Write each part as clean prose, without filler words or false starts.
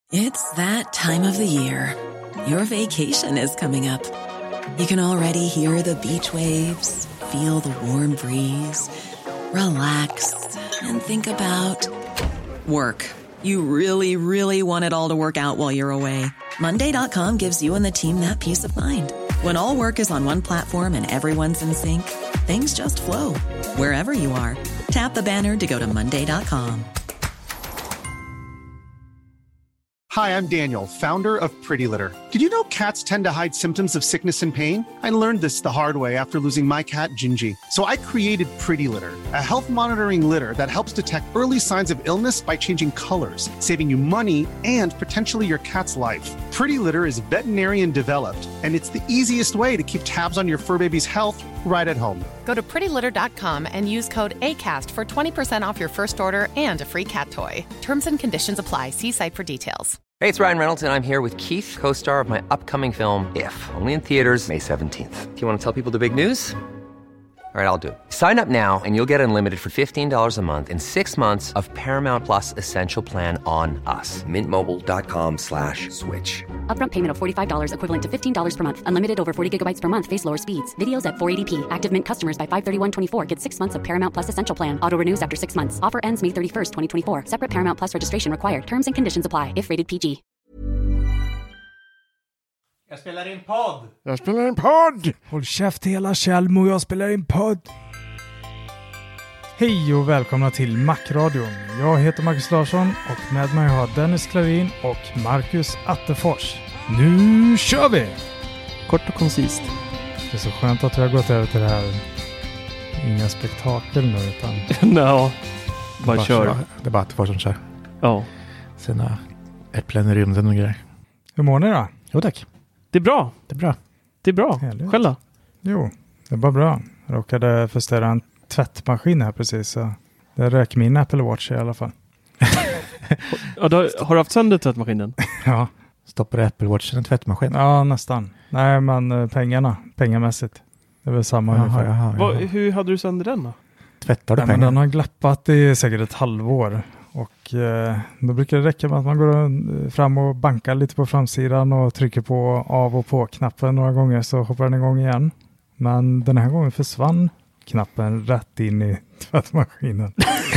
It's that time of the year. Your vacation is coming up. You can already hear the beach waves, feel the warm breeze, relax, and think about work. You really, really want it all to work out while you're away. Monday.com gives you and the team that peace of mind. When all work is on one platform and everyone's in sync, things just flow. Wherever you are, tap the banner to go to Monday.com. Hi, I'm Daniel, founder of Pretty Litter. Did you know cats tend to hide symptoms of sickness and pain? I learned this the hard way after losing my cat, Gingy. So I created Pretty Litter, a health monitoring litter that helps detect early signs of illness by changing colors, saving you money and potentially your cat's life. Pretty Litter is veterinarian developed, and it's the easiest way to keep tabs on your fur baby's health right at home. Go to prettylitter.com and use code ACAST for 20% off your first order and a free cat toy. Terms and conditions apply. See site for details. Hey, it's Ryan Reynolds, and I'm here with Keith, co-star of my upcoming film, If, only in theaters May 17th. Do you want to tell people the big news? All right, I'll do it. Sign up now and you'll get unlimited for $15 a month and 6 months of Paramount Plus Essential Plan on us. MintMobile.com/switch. Upfront payment of $45 equivalent to $15 per month. Unlimited over 40 gigabytes per month. Face lower speeds. Videos at 480p. Active Mint customers by 531.24 get 6 months of Paramount Plus Essential Plan. Auto renews after 6 months. Offer ends May 31st, 2024. Separate Paramount Plus registration required. Terms and conditions apply if rated PG. Jag spelar in podd. Jag spelar in podd! Håll käft hela Kjellmo, jag spelar in podd. Hej och välkomna till Macradion. Jag heter Marcus Larsson och med mig har Dennis Klarin och Marcus Attefors. Nu kör vi! Kort och koncist. Det är så skönt att vi har gått över till det här. Inga spektakel nu utan... No. Bara kör. Det är bara Attefors som kör. Ja. Sina äpplen i rymden och grejer. Hur mår ni då? Jo tack. Det är bra. Det är bra. Det är bra. Härligt. Själv då? Jo, det var bra. Jag råkade förstöra en tvättmaskin här precis. Så det rök min Apple Watch i alla fall. Ja, har du haft sönder tvättmaskinen? Ja. Stoppar Apple Watch i en tvättmaskin? Ja, nästan. Nej, men pengamässigt. Det är väl samma ungefär. Jaha. Hur hade du sönder den då? Tvättar du Nej, men pengar? den har glappat i säkert ett halvår. Och då brukar det räcka med att man går fram och bankar lite på framsidan och trycker på av och på knappen några gånger så hoppar den igång igen. Men den här gången försvann knappen rätt in i tvättmaskinen.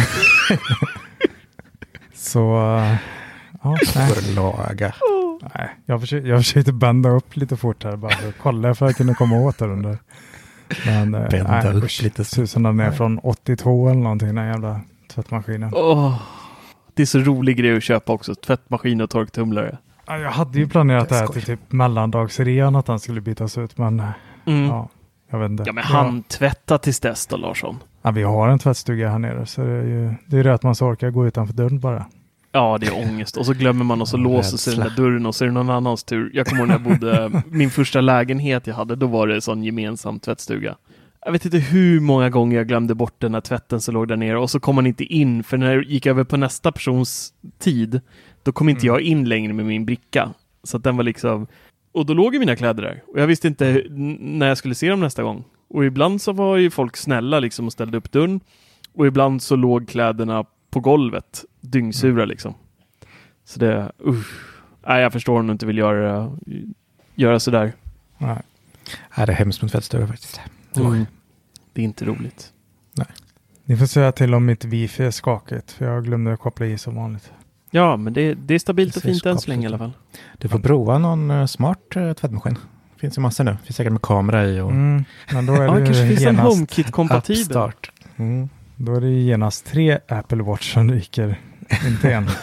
Så ja, Får laga. nej, jag försökte bända upp lite fort här bara för att kolla för att kunna komma åt den under. Men Bända upp lite. Tusen den är från 82 eller någonting, den här jävla tvättmaskinen. Det är så rolig grej att köpa också. Tvättmaskin och torktumlare. Ja, jag hade ju planerat det här till typ mellandagsrean att den skulle bytas ut, men ja, jag vet inte. Ja, men handtvätta tills dess då, Larsson. Ja, vi har en tvättstuga här nere så det är ju att man så orkar gå utanför dörren bara. Ja, det är ångest. Och så glömmer man och så låser sig den där dörren och så är det någon annans tur. Jag kommer ihåg när jag bodde, min första lägenhet jag hade, då var det en sån gemensam tvättstuga. Jag vet inte hur många gånger jag glömde bort den här tvätten som låg där nere och så kom man inte in, för när jag gick över på nästa persons tid, då kom inte jag in längre med min bricka. Så att den var liksom, och då låg ju mina kläder där och jag visste inte när jag skulle se dem nästa gång. Och ibland så var ju folk snälla liksom och ställde upp dörren och ibland så låg kläderna på golvet, dyngsura liksom. Så det, nej, jag förstår om du inte vill göra sådär. Nej, det är hemskt med tvättstuga faktiskt. Det är inte roligt. Nej. Ni får säga till om mitt wifi är skakigt för jag glömde koppla i som vanligt. Ja, men det är stabilt och fint än så länge i alla fall. Du får prova någon smart tvättmaskin. Det finns ju massor nu. Det finns säkert med kamera i. Och... Men då är ja, det kanske finns en genast HomeKit-kompatibel. Start. Då är det genast 3 Apple Watch som ryker. Inte en.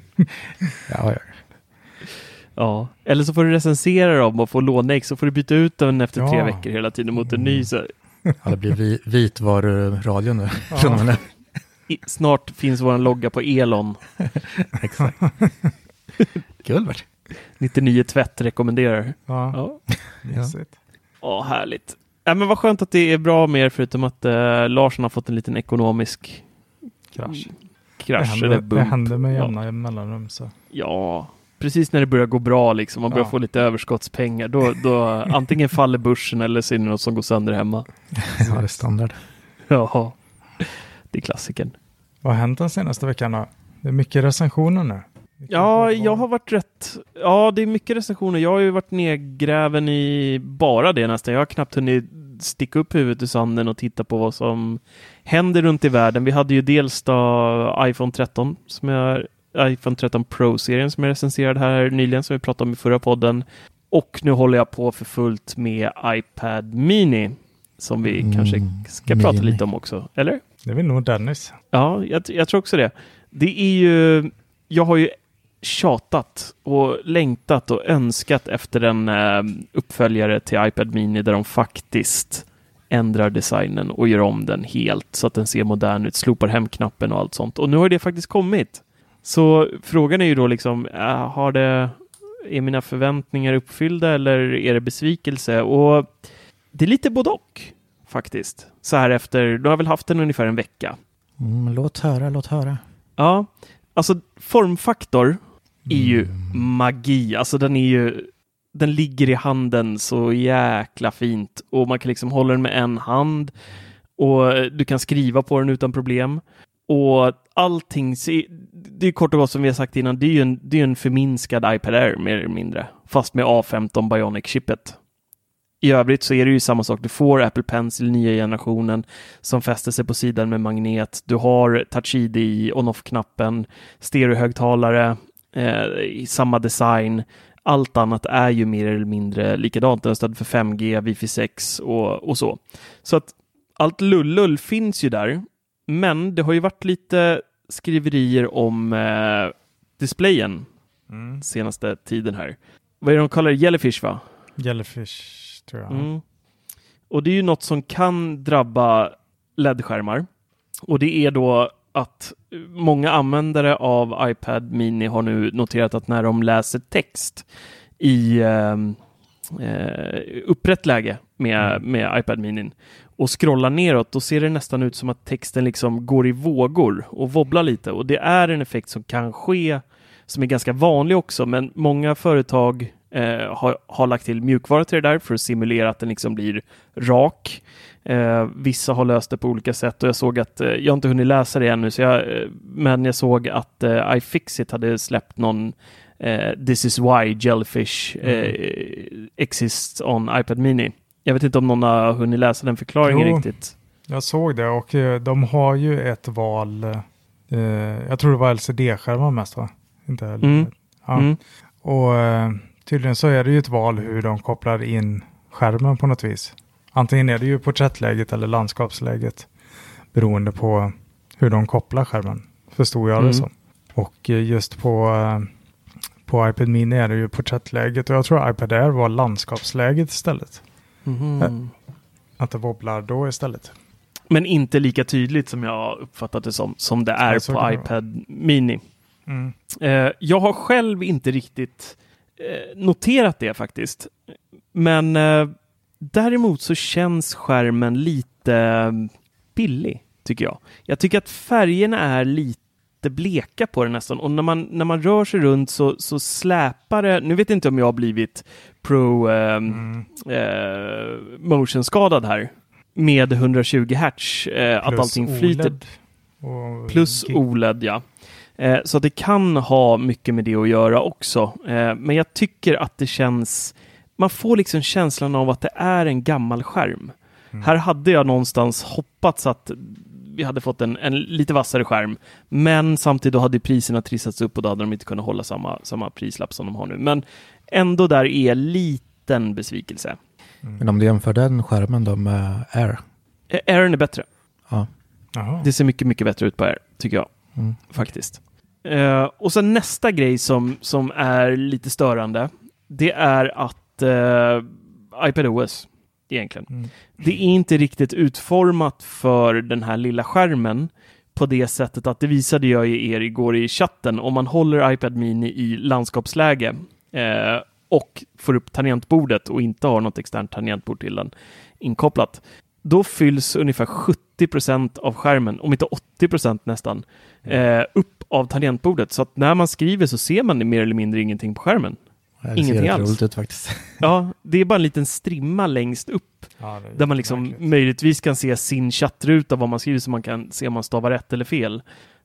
Ja, eller så får du recensera dem och få låna X så får du byta ut den efter 3 veckor hela tiden mot en ny. Så. Ja, det blir vitvaruradion nu. Ja. Snart finns vår logga på Elon. Exakt. Kul vart. 99 tvätt rekommenderar. Ja. Härligt. Ja, men vad skönt att det är bra med er förutom att Larsson har fått en liten ekonomisk krasch. Det händer med jämna mellanrum. Så. Ja, precis när det börjar gå bra liksom, man börjar få lite överskottspengar, då antingen faller börsen eller så är det något som går sönder hemma. Ja, det är standard. Ja, det är klassiken. Vad har hänt den senaste veckan då? Det är mycket recensioner nu. Ja, jag har varit rätt... Ja, det är mycket recensioner. Jag har ju varit nedgräven i bara det nästan. Jag har knappt hunnit sticka upp huvudet i sanden och titta på vad som händer runt i världen. Vi hade ju dels då iPhone 13 iPhone 13 Pro-serien som jag recenserade här nyligen, som vi pratade om i förra podden. Och nu håller jag på för fullt med iPad Mini, som vi kanske ska prata lite om också. Eller? Det vill nog Dennis. Ja, jag tror också det. Det är ju... Jag har ju tjatat och längtat och önskat efter en uppföljare till iPad Mini där de faktiskt ändrar designen och gör om den helt så att den ser modern ut, slopar hemknappen och allt sånt. Och nu har det faktiskt kommit. Så frågan är ju då liksom, är mina förväntningar uppfyllda eller är det besvikelse? Och det är lite både och faktiskt. Så här efter, då har jag väl haft den ungefär en vecka. Låt höra. Ja, alltså formfaktor är ju magi. Alltså den ligger i handen så jäkla fint. Och man kan liksom hålla den med en hand. Och du kan skriva på den utan problem. Och allting, det är kort och gott som vi har sagt innan, det är ju en förminskad iPad Air mer eller mindre. Fast med A15 Bionic-chippet. I övrigt så är det ju samma sak. Du får Apple Pencil nya generationen som fäster sig på sidan med magnet. Du har Touch ID i on-off-knappen, stereohögtalare i samma design. Allt annat är ju mer eller mindre likadant. Den stöd för 5G, Wi-Fi 6 och så. Så att allt lullull finns ju där. Men det har ju varit lite skriverier om displayen senaste tiden här. Vad är det de kallar det? Jellyfish, va? Jellyfish, tror jag. Och det är ju något som kan drabba LED-skärmar. Och det är då att många användare av iPad Mini har nu noterat att när de läser text i upprätt läge med iPad Mini och scrollar neråt, då ser det nästan ut som att texten liksom går i vågor och wobblar lite. Och det är en effekt som kan ske, som är ganska vanlig också, men många företag har lagt till mjukvara till det där för att simulera att den liksom blir rak. Vissa har löst det på olika sätt och jag såg att, jag har inte hunnit läsa det ännu, men jag såg att iFixit hade släppt någon This is why Jellyfish exists on iPad Mini. Jag vet inte om någon har hunnit läsa den förklaringen riktigt. Jag såg det och de har ju ett val, jag tror det var LCD-skärmar mest, va? Inte ja. Och tydligen så är det ju ett val hur de kopplar in skärmen på något vis. Antingen är det ju porträttläget eller landskapsläget beroende på hur de kopplar skärmen. Förstod jag det som. Och just på iPad Mini är det ju porträttläget och jag tror iPad Air var landskapsläget istället. Att det wobblar då istället. Men inte lika tydligt som jag uppfattat det som det är på iPad Mini. Jag har själv inte riktigt noterat det faktiskt. Men däremot så känns skärmen lite billig, tycker jag. Jag tycker att färgerna är lite bleka på den nästan. Och när man rör sig runt så släpar det. Nu vet jag inte om jag har blivit motion-skadad här. Med 120 Hz. Att allting flyter. Plus OLED, ja. Så det kan ha mycket med det att göra också. Men jag tycker att det känns... Man får liksom känslan av att det är en gammal skärm. Här hade jag någonstans hoppats att vi hade fått en lite vassare skärm. Men samtidigt hade priserna trissats upp och då hade de inte kunnat hålla samma prislapp som de har nu. Men ändå där är liten besvikelse. Men om du jämför den skärmen då med Air? Airen är bättre. Ja. Det ser mycket, mycket bättre ut på Air, tycker jag. Faktiskt. Och sen nästa grej som är lite störande, det är att iPadOS egentligen. Det är inte riktigt utformat för den här lilla skärmen på det sättet att det visade jag er igår i chatten. Om man håller iPad Mini i landskapsläge och får upp tangentbordet och inte har något externt tangentbord till den inkopplat, då fylls ungefär 70% av skärmen, om inte 80% nästan, upp av tangentbordet. Så att när man skriver så ser man mer eller mindre ingenting på skärmen. Ingenting alls. Ut, faktiskt. Ja, det är bara en liten strimma längst upp. Ja, där man liksom möjligtvis kan se sin chattruta, vad man skriver, så man kan se om man stavar rätt eller fel.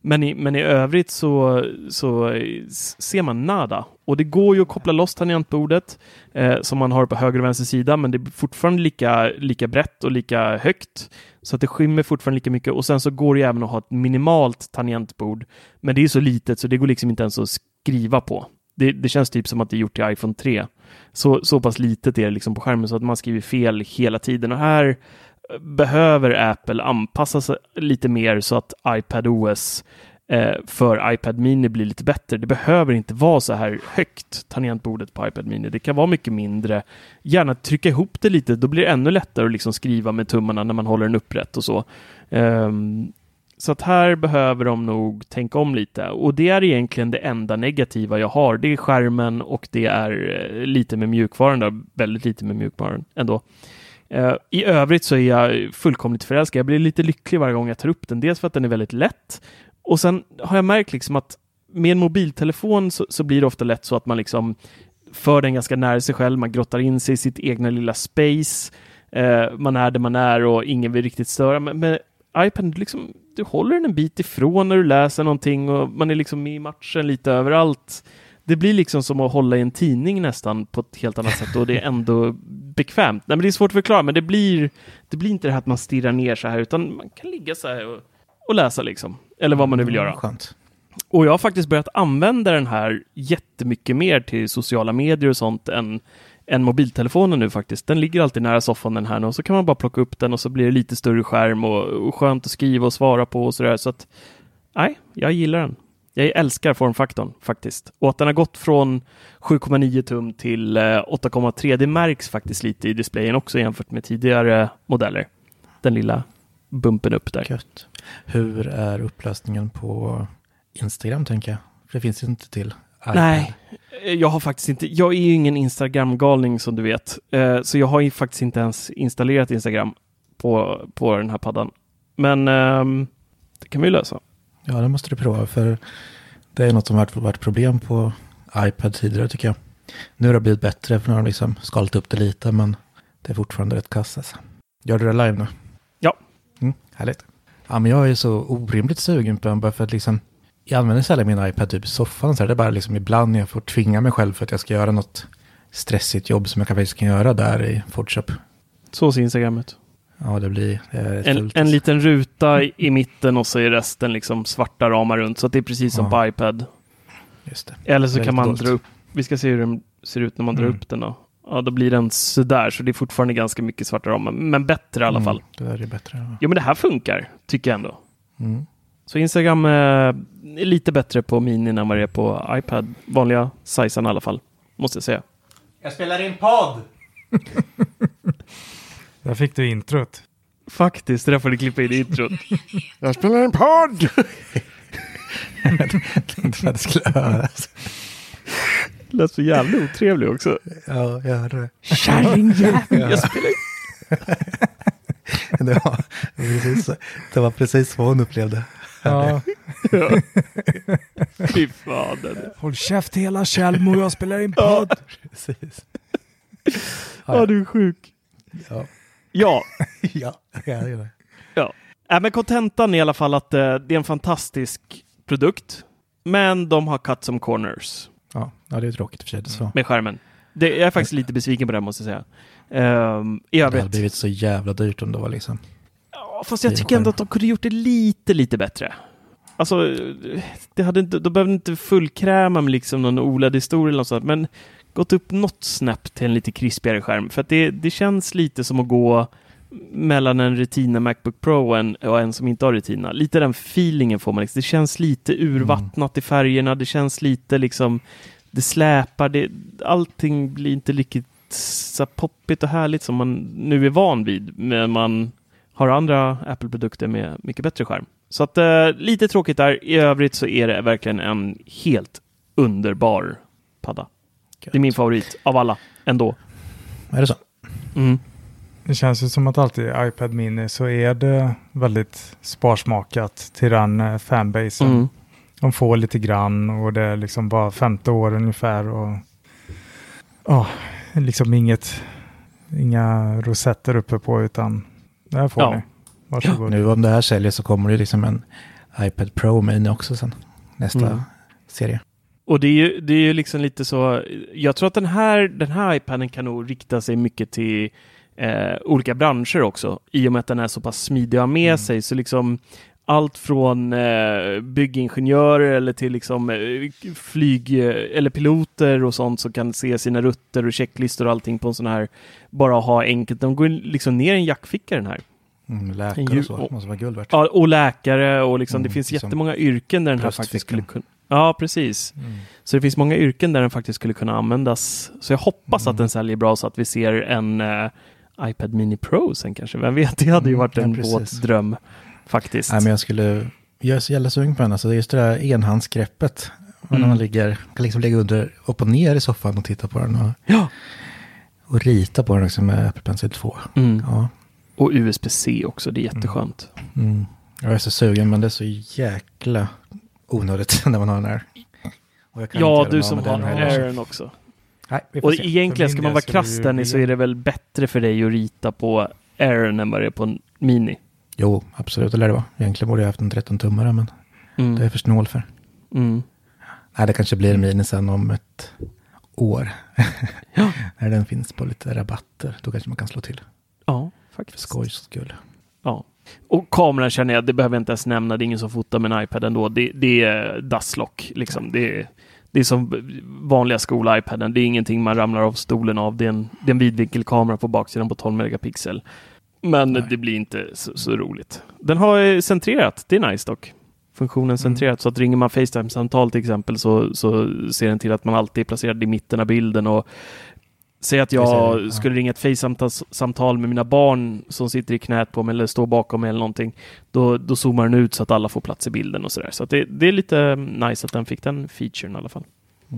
Men i övrigt så ser man nada. Och det går ju att koppla loss tangentbordet som man har på höger och vänster sida, men det är fortfarande lika brett och lika högt. Så att det skymmer fortfarande lika mycket. Och sen så går det även att ha ett minimalt tangentbord. Men det är så litet så det går liksom inte ens att skriva på. Det känns typ som att det är gjort till iPhone 3. Så pass litet är det liksom på skärmen så att man skriver fel hela tiden. Och här behöver Apple anpassa sig lite mer så att iPadOS för iPad Mini blir lite bättre. Det behöver inte vara så här högt, tangentbordet på iPad Mini. Det kan vara mycket mindre. Gärna trycka ihop det lite. Då blir det ännu lättare att liksom skriva med tummarna när man håller den upprätt och så. Så att här behöver de nog tänka om lite. Och det är egentligen det enda negativa jag har. Det är skärmen och det är lite med mjukvaran då. Väldigt lite med mjukvaran ändå. I övrigt så är jag fullkomligt förälskad. Jag blir lite lycklig varje gång jag tar upp den. Dels för att den är väldigt lätt. Och sen har jag märkt liksom att med en mobiltelefon så blir det ofta lätt så att man liksom för den ganska nära sig själv. Man grottar in sig i sitt egna lilla space. Man är där man är och ingen vill riktigt störa. Men med iPad, liksom, du håller den en bit ifrån när du läser någonting och man är liksom i matchen lite överallt. Det blir liksom som att hålla i en tidning nästan på ett helt annat sätt och det är ändå bekvämt. Nej, men det är svårt att förklara, men det blir inte det här att man stirrar ner så här, utan man kan ligga så här och läsa liksom. Eller vad man nu vill göra. Skönt. Och jag har faktiskt börjat använda den här jättemycket mer till sociala medier och sånt än mobiltelefonen nu faktiskt. Den ligger alltid nära soffan den här nu och så kan man bara plocka upp den och så blir det lite större skärm och skönt att skriva och svara på och sådär. Så att, nej, jag gillar den. Jag älskar formfaktorn faktiskt. Och att den har gått från 7,9 tum till 8,3, det märks faktiskt lite i displayen också jämfört med tidigare modeller. Den lilla bumpen upp där. Gött. Hur är upplösningen på Instagram, tänker jag? För det finns ju inte till iPad. Nej, jag har faktiskt inte. Jag är ju ingen Instagram-galning som du vet. Så jag har ju faktiskt inte ens installerat Instagram på den här paddan. Men det kan vi ju lösa. Ja, det måste du prova, för det är något som har varit problem på iPad tidigare, tycker jag. Nu har det blivit bättre, för nu har de liksom skalat upp det lite, men det är fortfarande rätt kass. Alltså. Gör du det live nu? Ja. Härligt. Ja, men jag är så orimligt sugen på den, bara för att liksom, jag använder sällan min iPad typ i soffan, så är det bara liksom ibland jag får tvinga mig själv för att jag ska göra något stressigt jobb som jag faktiskt kan göra där i Photoshop. Så ser Instagram ut. Ja, det blir en liten ruta i mitten och så är resten liksom svarta ramar runt. Så att det är precis som på iPad. Just det. Eller så kan man dra upp. Vi ska se hur den ser ut när man drar upp den då. Ja, då blir den sådär. Så det är fortfarande ganska mycket svarta ramar. Men bättre i alla fall. Det är bättre. Ja. Jo, men det här funkar, tycker jag ändå. Så Instagram är lite bättre på mini än vad det är på iPad. Vanliga sizen i alla fall, måste jag säga. Jag spelar in podd! Där fick du introt. Faktiskt, det där får du klippa in i introt. Jag spelar en podd! Inte för att det skulle höras. Det lät så jävla otrevlig också. Ja, jag hörde det. Kärringjävel, jag spelar in. Det var precis vad hon upplevde. Ja. Fy fan. Håll käft hela Kjellmo, jag spelar in podd. Precis. Ja, du är sjuk. Ja. Ja. Ja, det är det. Ja. Men kontentan är i alla fall att det är en fantastisk produkt. Men de har cut some corners. Ja, det är tråkigt för sig. Så. Med skärmen. Jag är faktiskt lite besviken på det, måste jag säga. Det hade blivit så jävla dyrt om det var liksom. Ja, fast jag tycker ändå att de kunde gjort det lite bättre. Alltså, de behövde inte fullkräma med liksom någon OLED-historia eller något sånt, men gått upp något snabbt till en lite krispigare skärm. För att det känns lite som att gå mellan en Retina MacBook Pro och en som inte har Retina. Lite den feelingen får man. Liksom. Det känns lite urvattnat i färgerna. Det känns lite liksom, det släpar. Allting blir inte riktigt så poppigt och härligt som man nu är van vid. Men man har andra Apple-produkter med mycket bättre skärm. Så att lite tråkigt där. I övrigt så är det verkligen en helt underbar padda. Det är min favorit av alla ändå. Är det så? Det känns ju som att alltid i iPad Mini så är det väldigt sparsmakat till den fanbasen. De får lite grann och det är liksom bara 50 år ungefär och liksom inga rosetter uppe på, utan det här får ni. Varsågod. Nu om det här säljer så kommer det liksom en iPad Pro Mini också sen. Nästa serie. Och det är ju liksom lite så, jag tror att den här iPaden kan nog rikta sig mycket till olika branscher också, i och med att den är så pass smidig att ha med sig, så liksom allt från byggingenjörer eller till liksom flyg eller piloter och sånt som kan se sina rutter och checklistor och allting på en sån här, bara ha enkelt, de går liksom ner i en jackficka den här. Läkare och så, måste vara guld värt. Ja, och läkare och liksom, det finns jättemånga yrken där den här faktiskt skulle kunna. Ja, precis. Så det finns många yrken där den faktiskt skulle kunna användas. Så jag hoppas att den säljer bra så att vi ser en iPad Mini Pro sen kanske. Vem vet, det hade ju varit en våt dröm faktiskt. Nej, men jag är så jävla sugen på den. Alltså, det är just det där enhandsgreppet. När man kan liksom ligga upp och ner i soffan och titta på den. Och rita på den också med Apple Pencil 2. Ja. Och USB-C också, det är jätteskönt. Jag är så sugen, men det är så jäkla onödigt när man har den här. Ja, du som har Aaron också. Nej, och egentligen ska man vara krass där så är det väl bättre för dig att rita på Aaron än vad det är på en Mini. Jo, absolut, det lär det vara. Egentligen borde jag haft en 13-tummare, men det är för snål för. Nej, det kanske blir en Mini sen om ett år. När den finns på lite rabatter, då kanske man kan slå till. Ja, faktiskt. Skojs skull. Ja. Och kameran känner jag, det behöver jag inte ens nämna. Det är ingen som fotar med en iPad ändå. Det är dustlock. Liksom. Det är som vanliga skola-iPaden. Det är ingenting man ramlar av stolen av. Det är en vidvinkelkamera på baksidan på 12 megapixel. Men det blir inte så roligt. Den har centrerat. Det är nice dock. Funktionen centrerat. Så att ringer man FaceTime-samtal till exempel så ser den till att man alltid är placerad i mitten av bilden. Och säg att jag skulle ringa ett FaceTime-samtal med mina barn som sitter i knät på mig eller står bakom mig eller någonting. Då zoomar den ut så att alla får plats i bilden och sådär. Så att det är lite nice att den fick den featuren i alla fall.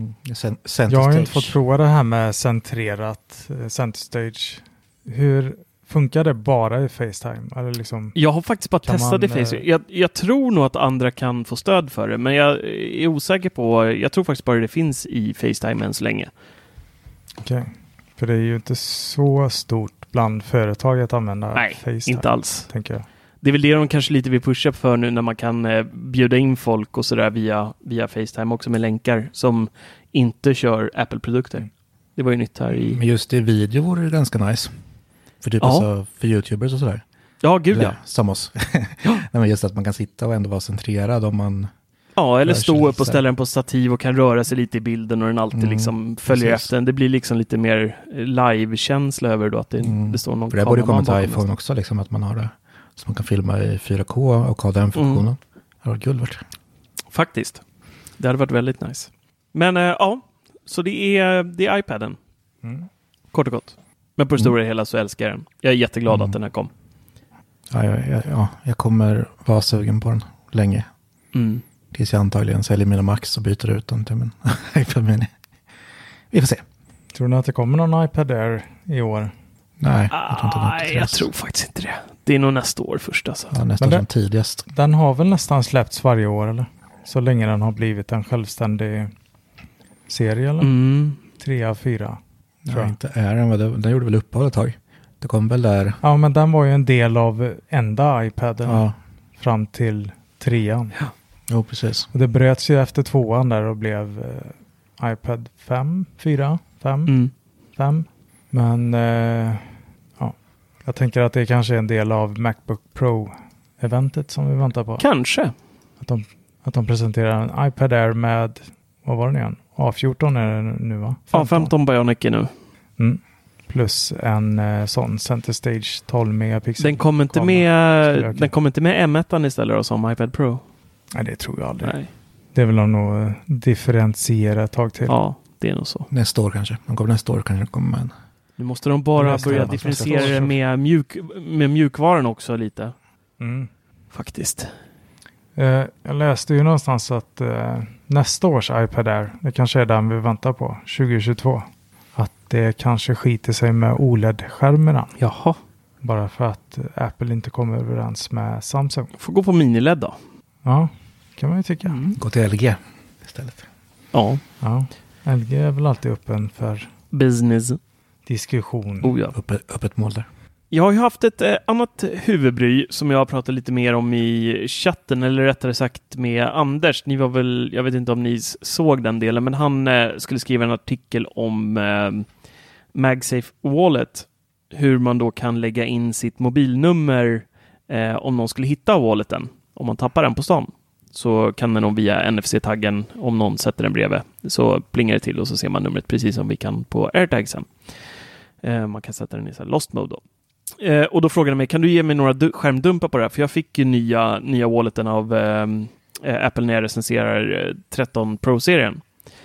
Jag har inte fått prova det här med centrerat center stage. Hur funkar det bara i FaceTime? Eller liksom, jag har faktiskt bara testat i FaceTime. Jag tror nog att andra kan få stöd för det. Men jag är osäker på. Jag tror faktiskt bara det finns i FaceTime än så länge. Okej. För det är ju inte så stort bland företag att använda FaceTime. Nej, inte alls. Tänker jag. Det är väl det de kanske lite vill pusha för nu när man kan bjuda in folk och sådär via FaceTime också med länkar som inte kör Apple-produkter. Det var ju nytt här i... Men just i video vore det ganska nice. För typ alltså för YouTubers och sådär. Ja, gud ja. Som oss. Nej, men just att man kan sitta och ändå vara centrerad om man... Ja, eller stå upp och ställa den på stativ och kan röra sig lite i bilden och den alltid liksom följer efter den. Det blir liksom lite mer live-känsla över då att det står någon. För det borde komma till iPhone också, liksom, att man har det. Så man kan filma i 4K och ha den funktionen. Det var guld värt. Faktiskt. Det hade varit väldigt nice. Men ja, så det är iPaden. Kort och gott. Men på det stora hela så älskar jag den. Jag är jätteglad att den här kom. Ja, jag kommer vara sugen på den länge. Tills jag antagligen säljer mina Max och byter ut den till min iPad Mini. Vi får se. Tror ni att det kommer någon iPad Air i år? Nej, jag tror inte det. Jag tror faktiskt inte det. Det är nog nästa år först alltså. Ja, nästan som tidigast. Den har väl nästan släppts varje år, eller? Så länge den har blivit en självständig serie, eller? 3 av 4. Nej, inte är den gjorde väl uppehåll ett tag. Det kom väl där. Ja, men den var ju en del av enda iPaden fram till 3:an. Ja. Jo, precis. Och det bröts ju efter 2:an där och blev iPad 5, 4, 5. Men jag tänker att det kanske är en del av MacBook Pro-eventet som vi väntar på. Kanske. Att de presenterar en iPad Air med, vad var den igen? A14 är det nu, va? A15 Bionic är nu. Plus en sån Center Stage 12 megapixel. Den kommer inte med M1 istället då, som iPad Pro. Nej, det tror jag aldrig. Nej. Det vill de nog differentiera ett tag till. Ja, det är nog så. Nästa år kanske. Nästa år kanske kommer med en. Nu måste de bara börja differentiera det med mjukvaran också lite. Faktiskt. Jag läste ju någonstans att nästa års iPad Air, det kanske är den vi väntar på, 2022. Att det kanske skiter sig med OLED-skärmarna. Jaha. Bara för att Apple inte kommer överens med Samsung. Får gå på mini-LED då. Ja, kan man ju tycka. Gå till LG istället. Ja. LG är väl alltid öppen för business. Diskussion. Oh ja. Öppet mål där. Jag har ju haft ett annat huvudbry som jag har pratat lite mer om i chatten, eller rättare sagt med Anders. Ni var väl, jag vet inte om ni såg den delen, men han skulle skriva en artikel om MagSafe Wallet. Hur man då kan lägga in sitt mobilnummer om någon skulle hitta walleten. Om man tappar den på stan så kan den via NFC-taggen, om någon sätter den bredvid, så plingar det till och så ser man numret precis som vi kan på AirTagsen. Man kan sätta den i så här lost mode då. Och då frågade jag mig, kan du ge mig några skärmdumpar på det här? För jag fick ju nya walleten av Apple när jag recenserar 13 Pro-serien.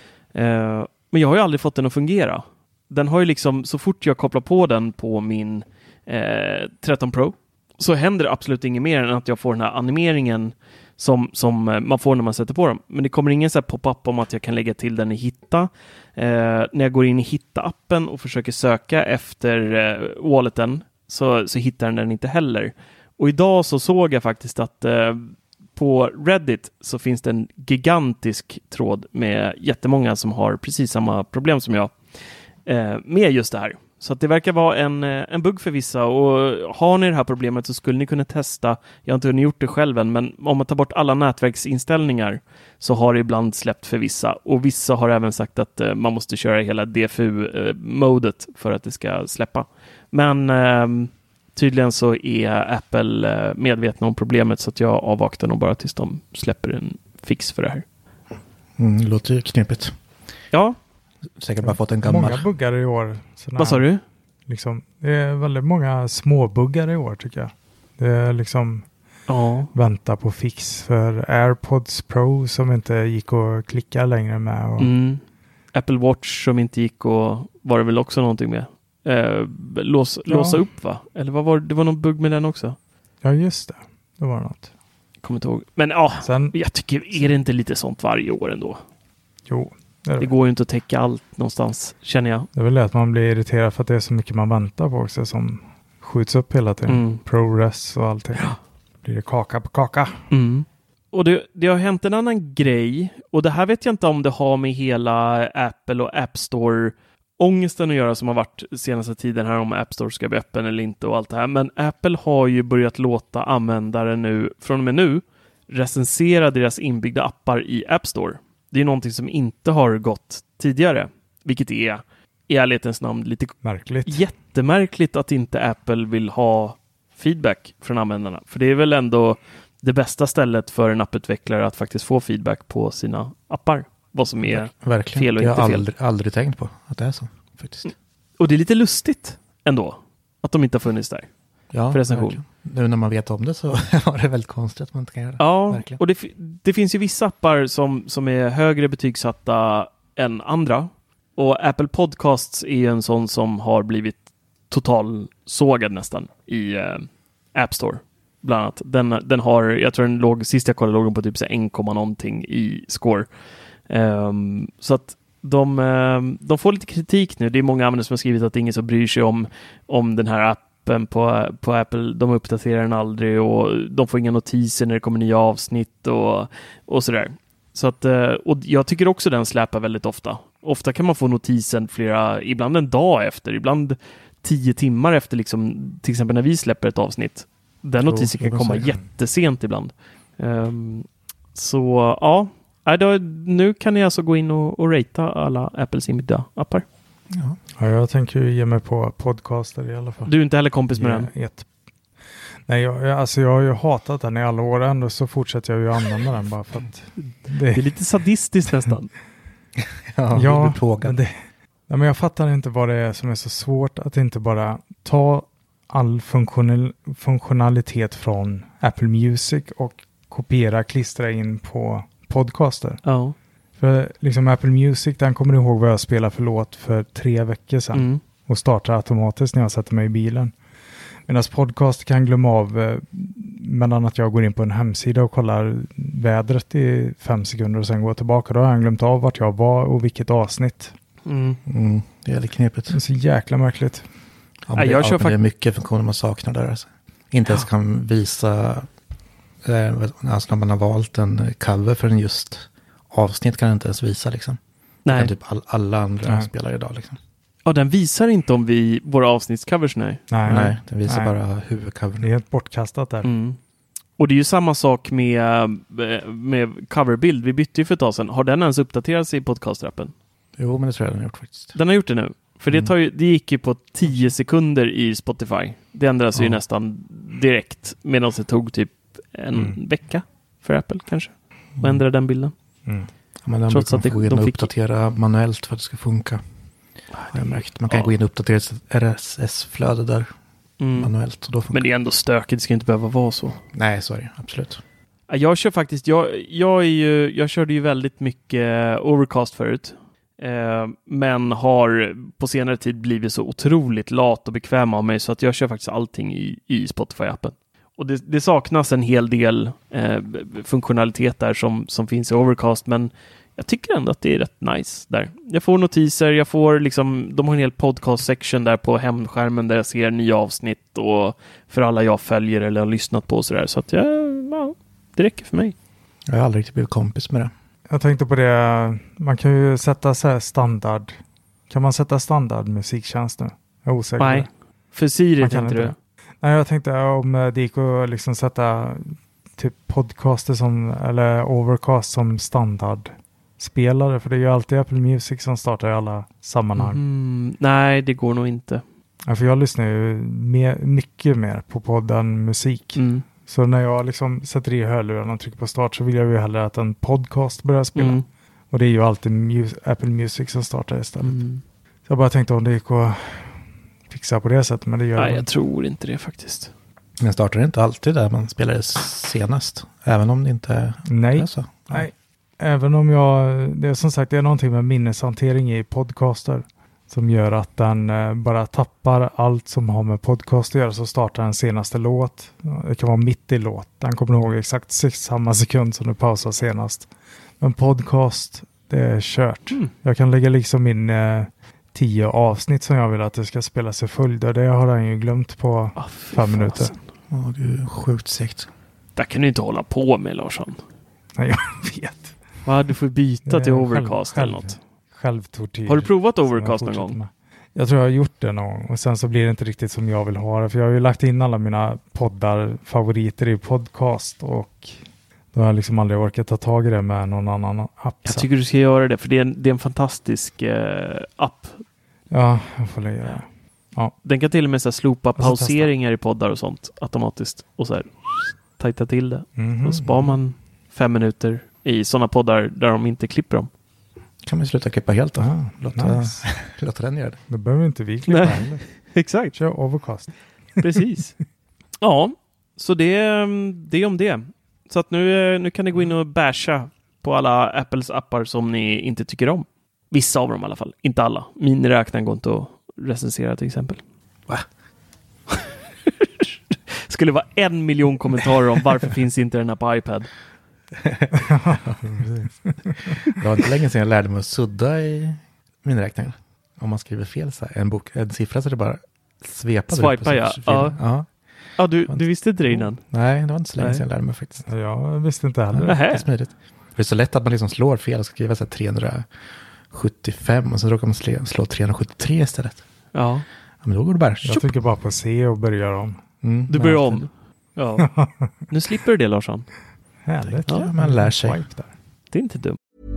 Men jag har ju aldrig fått den att fungera. Den har ju liksom, så fort jag kopplar på den på min 13 Pro så händer det absolut inget mer än att jag får den här animeringen som man får när man sätter på dem. Men det kommer ingen så här pop-up om att jag kan lägga till den i Hitta. När jag går in i Hitta-appen och försöker söka efter walleten så hittar den inte heller. Och idag så såg jag faktiskt att på Reddit så finns det en gigantisk tråd med jättemånga som har precis samma problem som jag med just det här. Så att det verkar vara en bugg för vissa, och har ni det här problemet så skulle ni kunna testa, jag har inte hunnit gjort det själv än, men om man tar bort alla nätverksinställningar så har det ibland släppt för vissa, och vissa har även sagt att man måste köra hela DFU-modet för att det ska släppa. Men tydligen så är Apple medvetna om problemet, så att jag avvaktar nog bara tills de släpper en fix för det här. Det låter ju knepigt. Ja. Säkert bara fått en gammal. Många buggar i år. Vad sa du? Liksom, det är väldigt många små buggar i år tycker jag. Det är liksom vänta på fix för AirPods Pro som inte gick att klicka längre med. Och Apple Watch som inte gick, och var det väl också någonting med? Låsa upp, va? Eller vad var det? Det var någon bugg med den också. Ja, just det. Det var något. Kommer inte ihåg. Men jag tycker, är det inte lite sånt varje år ändå? Jo. Det går ju inte att täcka allt någonstans, känner jag. Det är väl det att man blir irriterad för att det är så mycket man väntar på också som skjuts upp hela tiden. ProRes och allting. Ja. Blir det kaka på kaka. Och det har hänt en annan grej, och det här vet jag inte om det har med hela Apple och App Store-ångesten att göra som har varit senaste tiden här, om App Store ska bli öppen eller inte och allt det här. Men Apple har ju börjat låta användare nu, från och med nu, recensera deras inbyggda appar i App Store. Det är någonting som inte har gått tidigare, vilket är i ärlighetens namn lite märkligt. Jättemärkligt att inte Apple vill ha feedback från användarna. För det är väl ändå det bästa stället för en apputvecklare att faktiskt få feedback på sina appar. Vad som är verkligen fel och inte fel. Jag har aldrig tänkt på att det är så, faktiskt. Och det är lite lustigt ändå att de inte har funnits där. Ja, för recension. Nu när man vet om det så var det väldigt konstigt att man inte kan göra det. Ja, verkligen. Och det finns ju vissa appar som är högre betygsatta än andra. Och Apple Podcasts är en sån som har blivit totalsågad nästan i App Store. Bland annat. Den har, jag tror den låg, sist jag kollade låg den på typ 1, någonting i score. Så att de får lite kritik nu. Det är många användare som har skrivit att det är ingen som bryr sig om den här appen på Apple. De uppdaterar den aldrig och de får inga notiser när det kommer nya avsnitt och sådär. Så att, och jag tycker också den släpar väldigt ofta. Ofta kan man få notisen ibland en dag efter, ibland 10 timmar efter, liksom, till exempel när vi släpper ett avsnitt. Den notisen kan komma jättesent ibland. Så ja, nu kan ni alltså gå in och ratea alla Apples inbyggda appar. Ja, jag tänker ju ge mig på podcaster i alla fall. Du är inte heller kompis med den? Nej, jag har ju hatat den i alla år ändå, så fortsätter jag ju använda den bara för att det är lite sadistiskt nästan. Ja, men jag fattar inte vad det är som är så svårt att inte bara ta all funktionalitet från Apple Music och klistra in på podcaster. Ja. För liksom Apple Music, den kommer du ihåg vad jag spelade för låt för 3 veckor sedan. Och startar automatiskt när jag sätter mig i bilen. Medan podcast kan glömma av mellan att jag går in på en hemsida och kollar vädret i 5 sekunder och sen går tillbaka. Då har jag glömt av vart jag var och vilket avsnitt. Det är lite knepigt. Det är så jäkla märkligt. Ja, det är mycket funktioner man saknar där. Alltså. Inte ens kan visa alltså när man har valt en cover för en just avsnitt kan inte ens visa liksom. Nej. Typ alla andra spelar idag liksom. Ja, den visar inte om våra avsnittscovers, nej. Nej, den visar bara huvudcovern. Det är helt bortkastat där. Mm. Och det är ju samma sak med coverbild. Vi bytte ju för ett tag sedan. Har den ens uppdaterats i podcastrappen? Jo, men det tror jag den har gjort faktiskt. Den har gjort det nu. För det gick ju på 10 sekunder i Spotify. Det ändras ju nästan direkt. Medan det tog typ en vecka för Apple kanske. Och ändra den bilden. Ja, men den trots att gå in och uppdatera manuellt för att det ska funka. Har jag märkt. Man kan gå in och uppdatera ett RSS-flöde där manuellt. Och då funkar. Men det är ändå stökigt. Det ska inte behöva vara så. Nej, så är det. Absolut. Jag kör faktiskt... Jag körde ju väldigt mycket Overcast förut. Men har på senare tid blivit så otroligt lat och bekväm av mig så att jag kör faktiskt allting i Spotify-appen. Och det saknas en hel del funktionalitet där som finns i Overcast, men jag tycker ändå att det är rätt nice där. Jag får notiser, jag får liksom, de har en hel podcast-section där på hemskärmen där jag ser nya avsnitt och för alla jag följer eller har lyssnat på och sådär. Så att det räcker för mig. Jag har aldrig riktigt blivit kompis med det. Jag tänkte på det, man kan ju sätta så här standard. Kan man sätta standard musiktjänst nu? Jag är osäker. Nej, för Siri tänkte du? Nej, jag tänkte om det gick att liksom sätta typ podcaster eller Overcast som standardspelare. För det är ju alltid Apple Music som startar i alla sammanhang. Nej, det går nog inte. Ja, för jag lyssnar ju mycket mer på podden musik. Så när jag liksom sätter i hörlurarna och trycker på start så vill jag ju hellre att en podcast börjar spela. Och det är ju alltid Apple Music som startar istället. Så jag bara tänkte om det gick att fixa på det sättet. Men det gör Nej, jag tror inte det faktiskt. Men startar det inte alltid där man spelar det senast? Även om det inte är så? Nej. Även om det är som sagt det är någonting med minneshantering i podcaster som gör att den bara tappar allt som har med podcast att göra, så startar den senaste låt. Det kan vara mitt i låt. Den kommer ihåg exakt samma sekund som du pausar senast. Men podcast, det är kört. Jag kan lägga liksom in 10 avsnitt som jag vill att det ska spelas i följd. Det har han ju glömt på 5 minuter. Det är sjukt segt. Det kan du inte hålla på med, Larsson. Nej, jag vet. Du får byta till Overcast eller något. Självtortyr. Har du provat Overcast någon gång? Jag tror jag har gjort det någon gång. Och sen så blir det inte riktigt som jag vill ha det. För jag har ju lagt in alla mina favoriter i podcast. Och då har jag liksom aldrig orkat ta tag i det med någon annan app. Jag tycker du ska göra det. För det är en fantastisk app. Ja, jag får lägga det. Ja. Den kan till och med så här slopa pauseringar i poddar och sånt automatiskt. Och så här tajta till det. Då sparar man 5 minuter i sådana poddar där de inte klipper dem. Kan man sluta klippa helt då? Låta den göra det. Då behöver inte vi klippa heller. Exakt. Kör Overcast. Precis. Ja, så det är om det. Så att nu kan ni gå in och basha på alla Apples appar som ni inte tycker om. Vissa av dem i alla fall. Inte alla. Miniräknaren går inte att recensera till exempel. Va? Skulle vara 1 miljon kommentarer om varför finns inte den här på iPad. Det var inte länge sedan jag lärde mig att sudda i miniräknaren. Om man skriver fel så här, en siffra så är det bara swipa, ja, du visste inte det innan? Nej, det var inte så länge sedan jag lärde mig faktiskt. Jag visste inte heller. Det är smidigt. Det är så lätt att man liksom slår fel och skriver så här 375 och så råkar man slå 373 istället. Ja. Men då går det bara. Jag trycker bara på C och börjar om. Du börjar om? Ja. Nu slipper du det, Larsson. Härligt. Ja, man lär sig. Det är inte dumt.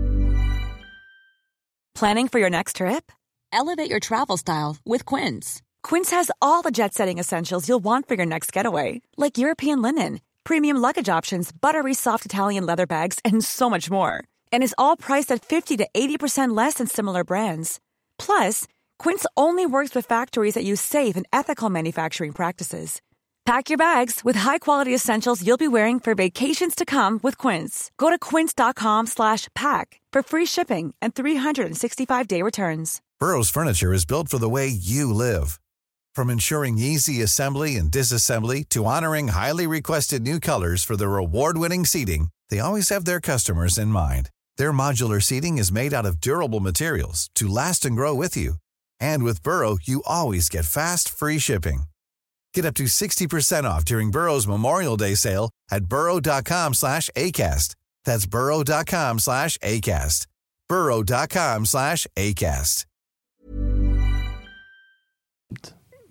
Planning for your next trip? Elevate your travel style with Quince. Quince has all the jet-setting essentials you'll want for your next getaway, like European linen, premium luggage options, buttery soft Italian leather bags, and so much more. And is all priced at 50 to 80% less than similar brands. Plus, Quince only works with factories that use safe and ethical manufacturing practices. Pack your bags with high-quality essentials you'll be wearing for vacations to come with Quince. Go to quince.com/pack for free shipping and 365-day returns. Burrow's furniture is built for the way you live. From ensuring easy assembly and disassembly to honoring highly requested new colors for their award-winning seating, they always have their customers in mind. Their modular seating is made out of durable materials to last and grow with you. And with Burrow, you always get fast, free shipping. Get up to 60% off during Burrow's Memorial Day sale at burrow.com/ACAST. That's burrow.com/ACAST. burrow.com/ACAST.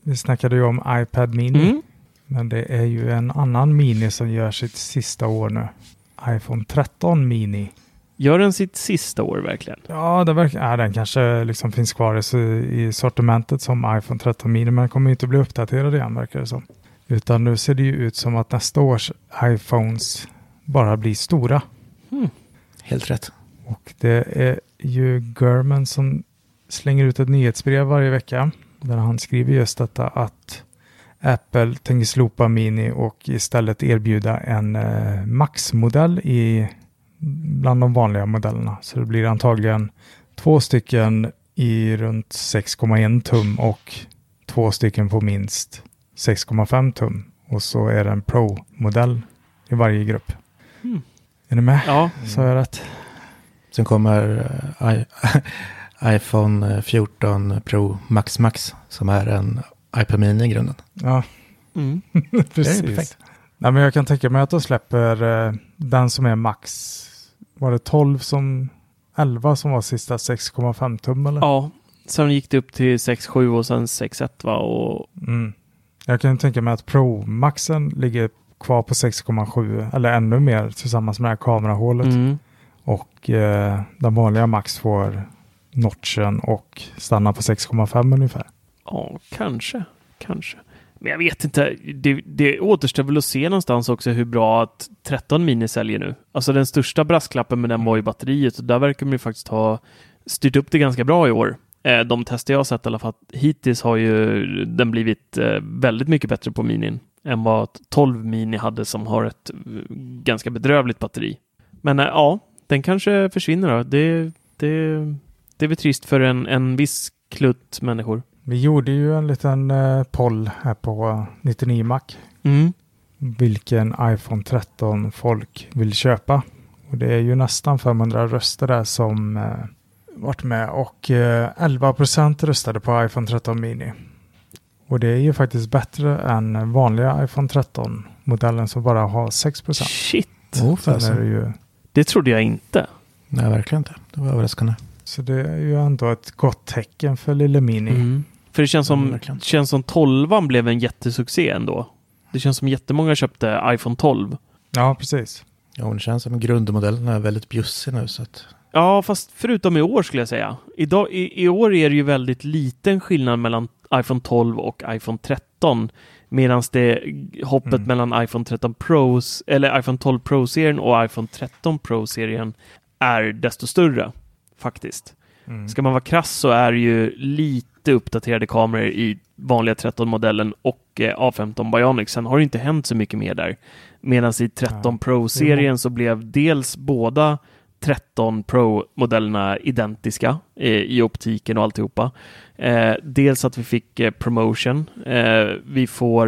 Vi snackade ju om iPad Mini. Men det är ju en annan Mini som gör sitt sista år nu. iPhone 13 Mini. Gör den sitt sista år verkligen? Ja, den kanske liksom finns kvar i sortimentet som iPhone 13 Mini, men den kommer inte bli uppdaterad igen, verkar det som. Utan nu ser det ju ut som att nästa års iPhones bara blir stora. Helt rätt. Och det är ju Gurman som slänger ut ett nyhetsbrev varje vecka där han skriver just detta att Apple tänker slopa Mini och istället erbjuda en Max-modell bland de vanliga modellerna. Så det blir antagligen 2 stycken i runt 6,1 tum och 2 stycken på minst 6,5 tum. Och så är det en Pro-modell i varje grupp. Är ni med? Ja. Så är det rätt. Sen kommer iPhone 14 Pro Max som är en iPad Mini i grunden. Ja, precis. Det är perfekt. Nej, men jag kan tänka mig att de släpper den som är max. Var det 11 som var sista 6,5 tum eller? Ja, sen gick det upp till 6,7 och sen 6,1 va? Och... Jag kan tänka mig att Pro Maxen ligger kvar på 6,7 eller ännu mer tillsammans med det här kamerahålet. Och den vanliga Max får notchen och stannar på 6,5 ungefär. Ja, kanske. Men jag vet inte, det återstår väl att se någonstans också hur bra att 13 Mini säljer nu. Alltså den största brasklappen med den var ju batteriet och där verkar man ju faktiskt ha styrt upp det ganska bra i år. De tester jag har sett i alla fall, hittills har ju den blivit väldigt mycket bättre på Minin än vad 12 Mini hade som har ett ganska bedrövligt batteri. Men ja, den kanske försvinner då. Det är väl trist för en viss klutt människor. Vi gjorde ju en liten poll här på 99 Mac. Vilken iPhone 13 folk vill köpa. Och det är ju nästan 500 röster där som varit med. Och 11% röstade på iPhone 13 Mini. Och det är ju faktiskt bättre än vanliga iPhone 13-modellen som bara har 6%. Shit! Det trodde jag inte. Nej, verkligen inte. Det var överraskande. Så det är ju ändå ett gott tecken för lille Mini. För det känns som 12an blev en jättesuccé ändå. Det känns som jättemånga köpte iPhone 12. Ja, precis. Ja, det känns som grundmodellen är väldigt bjussig nu. Så att... Ja, fast förutom i år skulle jag säga. I år är det ju väldigt liten skillnad mellan iPhone 12 och iPhone 13. Medan det hoppet mellan iPhone 13 Pros eller iPhone 12 Pro-serien och iPhone 13 Pro-serien är desto större faktiskt. Ska man vara krass så är det ju lite uppdaterade kameror i vanliga 13-modellen och A15 Bionic. Sen har det inte hänt så mycket mer där. Medan i 13 Pro-serien så blev dels båda 13 Pro-modellerna identiska i optiken och alltihopa. Dels att vi fick promotion. Vi får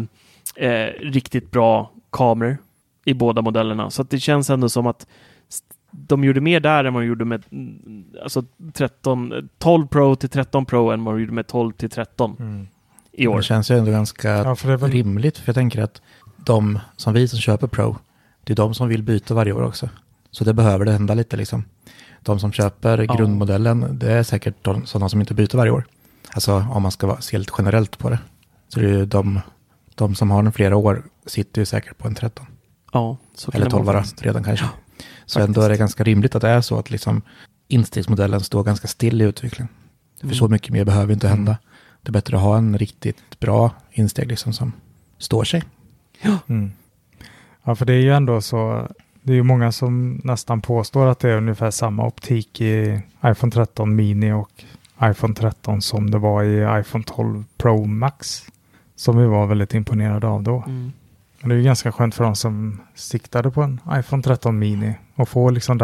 riktigt bra kameror i båda modellerna. Så att det känns ändå som att de gjorde mer där än vad de gjorde med alltså 12 Pro till 13 Pro än vad de gjorde med 12 till 13 i år. Det känns ju ändå ganska rimligt. För jag tänker att de som vi som köper Pro, det är de som vill byta varje år också. Så det behöver det hända lite liksom. De som köper grundmodellen, det är säkert sådana som inte byter varje år. Alltså om man ska se helt generellt på det. Så det är ju de som har den flera år sitter ju säkert på en 13. Ja, så kan eller 12 redan kanske. Ja, så ändå är det ganska rimligt att det är så att liksom instegsmodellen står ganska still i utvecklingen. För så mycket mer behöver inte hända. Det är bättre att ha en riktigt bra insteg liksom som står sig. Ja, för det är ju ändå så. Det är ju många som nästan påstår att det är ungefär samma optik i iPhone 13 Mini och iPhone 13 som det var i iPhone 12 Pro Max. Som vi var väldigt imponerade av då. Men det är ju ganska skönt för de som siktade på en iPhone 13 Mini och få liksom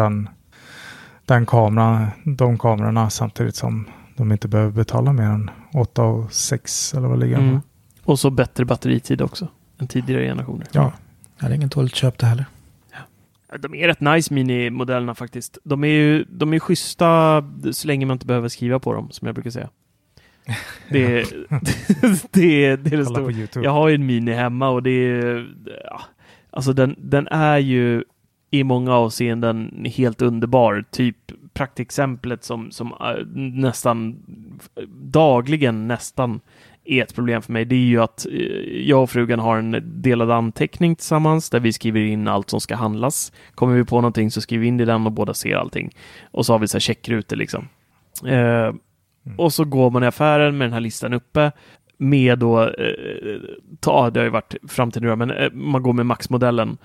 de kamerorna samtidigt som de inte behöver betala mer än 8 och 6 eller vad ligger det. Och så bättre batteritid också än tidigare generationer. Ja, det är ingen dåligt köp det heller. De är rätt nice mini-modellerna faktiskt. De är schyssta så länge man inte behöver skriva på dem, som jag brukar säga. Det är det stora. Jag har ju en mini hemma och det är alltså den är ju i många avseenden helt underbar. Typ praktexemplet som nästan dagligen är ett problem för mig. Det är ju att jag och frugan har en delad anteckning tillsammans där vi skriver in allt som ska handlas. Kommer vi på någonting så skriver vi in i den och båda ser allting. Och så har vi så här checkrutor liksom. Och så går man i affären med den här listan uppe med då, det har ju varit fram till nu, men man går med maxmodellen.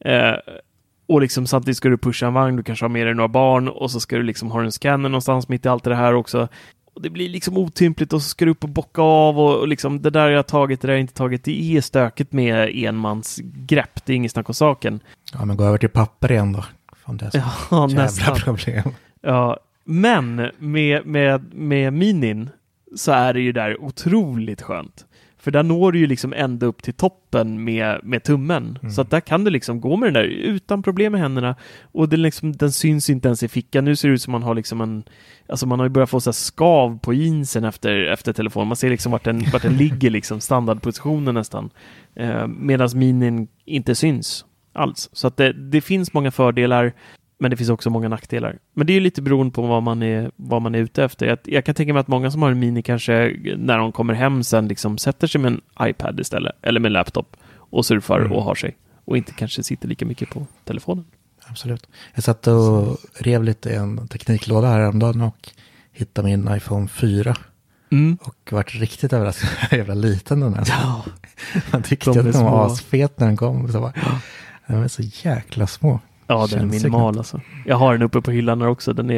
Och liksom samtidigt ska du pusha en vagn, du kanske har med dig några barn och så ska du liksom ha en scanner någonstans mitt i allt det här också. Och det blir liksom otympligt och så ska du upp och bocka av och liksom det där jag har tagit, det där jag inte tagit. Det är stökigt med enmansgrepp, det är inget snack om saken. Ja, men gå över till papper igen då. Fan, det är så jävla problem. Ja, men med minin så är det ju där otroligt skönt. För där når du ju liksom ända upp till toppen med tummen. Så att där kan du liksom gå med den där utan problem med händerna. Och det liksom, den syns inte ens i fickan. Nu ser det ut som man har liksom alltså man har ju börjat få så här skav på jeansen efter telefonen. Man ser liksom vart den ligger liksom, standardpositionen nästan. Medan minin inte syns alls. Så att det finns många fördelar. Men det finns också många nackdelar. Men det är ju lite beroende på vad man är ute efter. Jag kan tänka mig att många som har en mini kanske när de kommer hem sen liksom sätter sig med en iPad istället. Eller med en laptop. Och surfar och har sig. Och inte kanske sitter lika mycket på telefonen. Absolut. Jag satt och rev lite i en tekniklåda häromdagen och hittade min iPhone 4. Och varit riktigt överraskad hur jävla liten den är. Ja. Man tyckte att den var asfet när den kom. Så bara, den är så jäkla små. Ja, den är minimal alltså. Jag har den uppe på hyllan också. Den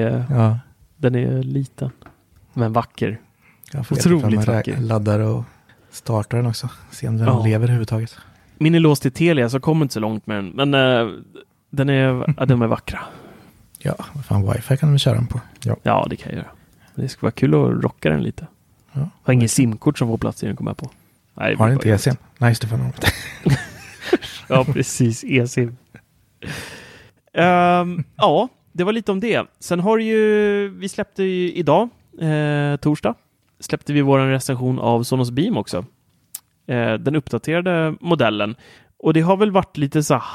är liten. Men vacker. Otroligt vacker. Laddar och startar den också. Se om den lever överhuvudtaget. Min är låst till Telia så kommer inte så långt med den. Men de är vackra. Ja, fan wifi kan de köra den på. Ja, det kan jag göra. Det ska vara kul att rocka den lite. Ja. Har ingen simkort som får plats i den, kommer jag på. Nej, har inte eSIM? Nej, det får nog inte. Ja, precis. eSIM. Ja, det var lite om det. Sen har vi släppte ju idag, torsdag, släppte vi vår recension av Sonos Beam också. Den uppdaterade modellen. Och det har väl varit lite så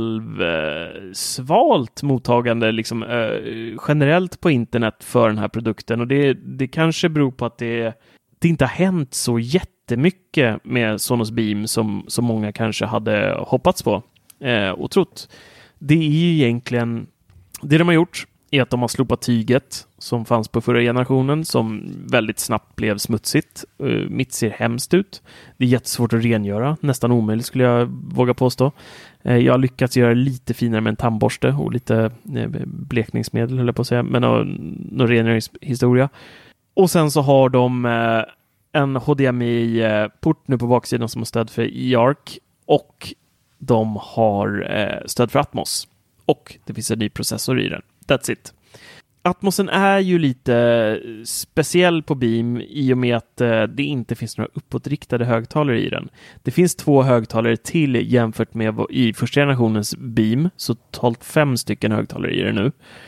halvsvalt mottagande liksom, generellt på internet för den här produkten. Och det kanske beror på att det inte har hänt så jättemycket med Sonos Beam som många kanske hade hoppats på och trott. Det är ju egentligen, det de har gjort är att de har slopat tyget som fanns på förra generationen som väldigt snabbt blev smutsigt. Mitt ser hemskt ut. Det är jättesvårt att rengöra. Nästan omöjligt skulle jag våga påstå. Jag har lyckats göra lite finare med en tandborste och lite blekningsmedel höll jag på att säga. Men någon rengöringshistoria. Och sen så har de en HDMI-port nu på baksidan som har stöd för eARC och de har stöd för Atmos. Och det finns en ny processor i den. That's it. Atmosen är ju lite speciell på Beam i och med att det inte finns några uppåtriktade högtalare i den. Det finns 2 högtalare till jämfört med i första generationens Beam. Så totalt 5 stycken högtalare i den nu.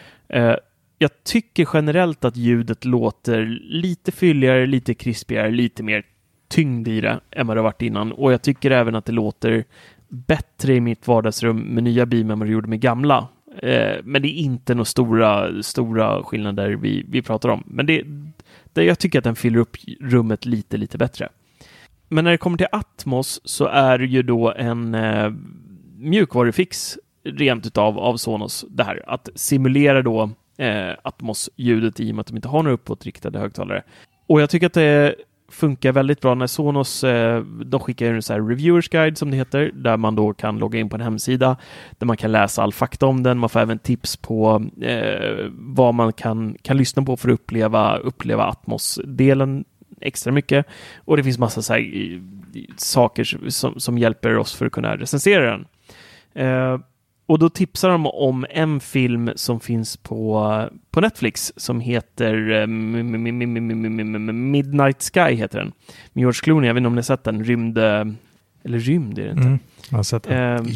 Jag tycker generellt att ljudet låter lite fylligare, lite krispigare, lite mer tyngd i det än vad det har varit innan. Och jag tycker även att det låter bättre i mitt vardagsrum med nya Beam än vad det gjorde med gamla. Men det är inte några stora skillnader vi pratar om. Men jag tycker att den fyller upp rummet lite bättre. Men när det kommer till Atmos så är det ju då en mjukvarufix rent utav av Sonos det här. Att simulera då Atmos-ljudet i och med att de inte har några uppåtriktade högtalare. Och jag tycker att det funkar väldigt bra när Sonos de skickar en så här reviewers guide som det heter, där man då kan logga in på en hemsida där man kan läsa all fakta om den. Man får även tips på vad man kan lyssna på för att uppleva Atmos-delen extra mycket. Och det finns massa så här, saker som hjälper oss för att kunna recensera den. Och då tipsar de om en film som finns på Netflix som heter Midnight Sky heter den. Med George Clooney, jag vet inte om ni har sett den. Rymd är det inte? Jag har sett den.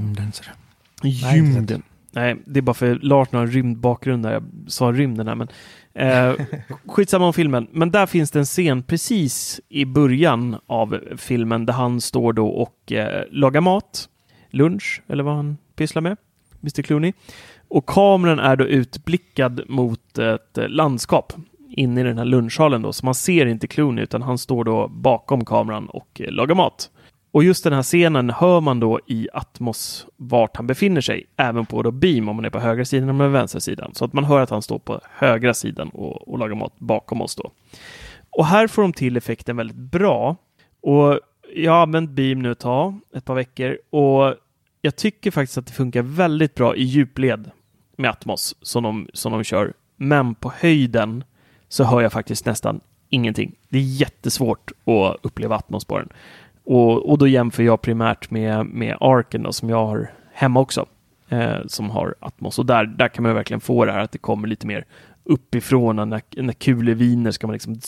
Gymden. Nej, det är bara för Lars har en rymdbakgrund där. Jag sa rymden här, men skitsamma om filmen. Men där finns det en scen precis i början av filmen där han står då och lagar mat. Lunch, eller vad han pysslar med, Mr. Clooney. Och kameran är då utblickad mot ett landskap. inne i den här lunchsalen då, så man ser inte Clooney utan han står då bakom kameran och lagar mat. Och just den här scenen hör man då i Atmos vart han befinner sig, även på då beam om man är på högra sidan och med vänstra sidan. Så att man hör att han står på högra sidan och lagar mat bakom oss då. Och här får de till effekten väldigt bra. Och jag har använt beam nu ett par veckor och jag tycker faktiskt att det funkar väldigt bra i djupled med Atmos som de kör. Men på höjden så hör jag faktiskt nästan ingenting. Det är jättesvårt att uppleva Atmos på den. Och då jämför jag primärt med Arken då, som jag har hemma också. Som har Atmos. Och där kan man verkligen få det här att det kommer lite mer uppifrån. När kuleviner ska man liksom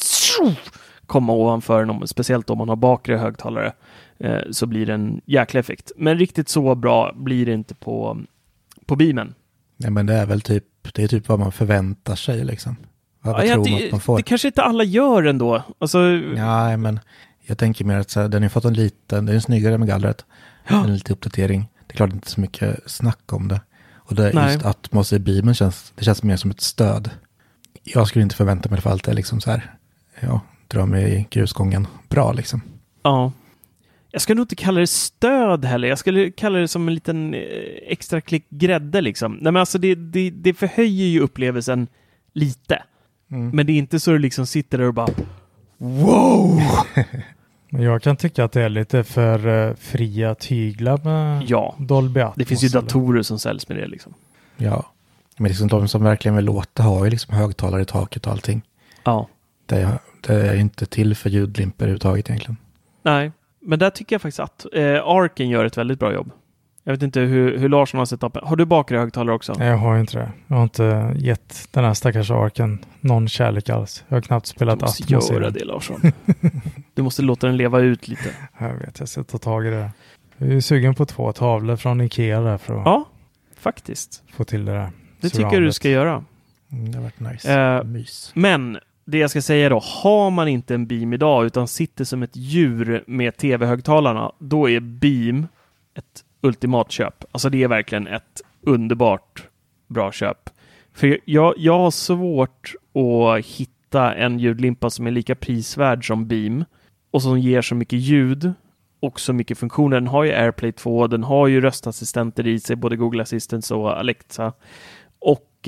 komma ovanför någon, speciellt om man har bakre högtalare, så blir det en jäkla effekt. Men riktigt så bra blir det inte på beamen. Nej, men det är väl typ vad man förväntar sig liksom. Vad tror man att man får? Det kanske inte alla gör ändå. Alltså, nej, men jag tänker mer att så här, den har fått den är snyggare med gallret. Ja. En liten uppdatering. Det är klart inte så mycket snack om det. Och det är just Atmos i beamen känns mer som ett stöd. Jag skulle inte förvänta mig i alla fall att det är liksom så här, dra mig i grusgången bra liksom. Ja. Jag skulle nog inte kalla det stöd heller. Jag skulle kalla det som en liten extra klick grädde liksom. Nej, men alltså det förhöjer ju upplevelsen lite. Men det är inte så du liksom sitter där och bara wow! Men jag kan tycka att det är lite för fria tyglar med Dolby Atmos. Det finns ju datorer som säljs med det liksom. Ja, men liksom de som verkligen vill låta har ju liksom högtalare i taket och allting. Ja. Det är inte till för ljudlimper överhuvudtaget egentligen. Nej, men där tycker jag faktiskt att Arken gör ett väldigt bra jobb. Jag vet inte hur Larsson har sett upp. Har du bakre högtalare också? Nej, jag har inte det. Jag har inte gett den här stackars Arken någon kärlek alls. Jag har knappt spelat Atmos. Du måste göra det, Larsson. Du måste låta den leva ut lite. Jag ska ta tag i det. Jag är ju sugen på 2 tavlor från Ikea där för att faktiskt få till det där. Det tycker jag du ska göra. Det har varit nice. Mys. Men det jag ska säga då, har man inte en beam idag utan sitter som ett djur med tv-högtalarna, då är beam ett ultimat köp. Alltså det är verkligen ett underbart bra köp. För jag har svårt att hitta en ljudlimpa som är lika prisvärd som beam och som ger så mycket ljud och så mycket funktioner. Den har ju AirPlay 2, den har ju röstassistenter i sig, både Google Assistant och Alexa. Och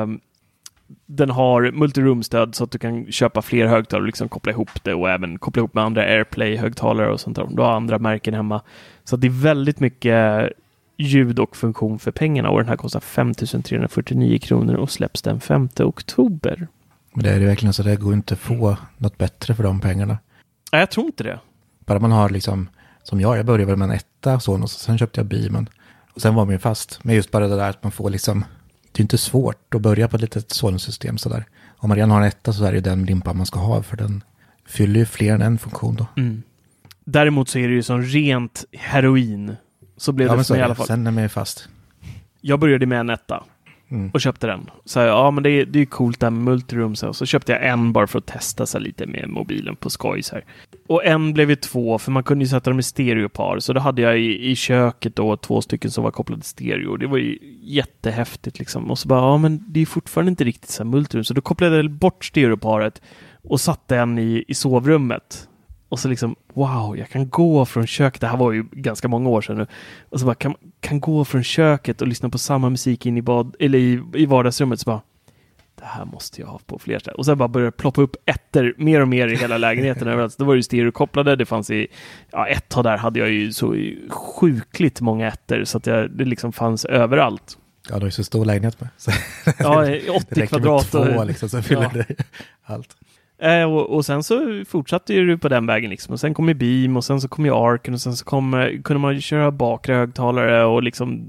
den har multiroom-stöd så att du kan köpa fler högtalare och liksom koppla ihop det och även koppla ihop med andra AirPlay-högtalare och sånt där. Du har andra märken hemma. Så det är väldigt mycket ljud och funktion för pengarna och den här kostar 5 349 kronor och släpps den 5 oktober. Men det är ju verkligen så det går inte att få något bättre för de pengarna. Nej, jag tror inte det. Bara man har liksom, som jag började med en etta och sen köpte jag beamen. Och sen var man ju fast. Men just bara det där att man får liksom, det är inte svårt att börja på ett litet Sonos-system sådär. Om man redan har en etta så är det den limpan man ska ha för den fyller ju fler än en funktion då. Mm. Däremot så är det ju som rent heroin. Så blev det för mig i alla fall. Sen är man ju fast. Jag började med en etta och köpte den. Så men det är ju coolt där med multiroom. Så köpte jag en bara för att testa sig lite med mobilen på skoj så här. Och en blev ju 2 för man kunde ju sätta dem i stereopar. Så då hade jag i köket då 2 stycken som var kopplade till stereo. Det var ju jättehäftigt liksom. Och så bara, men det är fortfarande inte riktigt så här multiroom. Så då kopplade jag bort stereoparet och satte en i sovrummet. Och så liksom, wow, jag kan gå från köket. Det här var ju ganska många år sedan nu. Och så bara, kan gå från köket och lyssna på samma musik in i vardagsrummet. Så bara, det här måste jag ha på fler ställen. Och sen bara började ploppa upp ettor mer och mer i hela lägenheten. Överallt. Då var det ju stereokopplade. Det fanns ett tag där hade jag ju så sjukligt många ettor. Så att det liksom fanns överallt. Ja, det är ju så stor lägenhet med. Så ja, 80 kvadrat. Det räcker med 2 liksom, så fyller det allt. Och sen så fortsatte ju på den vägen liksom. Och sen kom ju Beam och sen så kom ju Arken och sen så kunde man köra bakre högtalare och liksom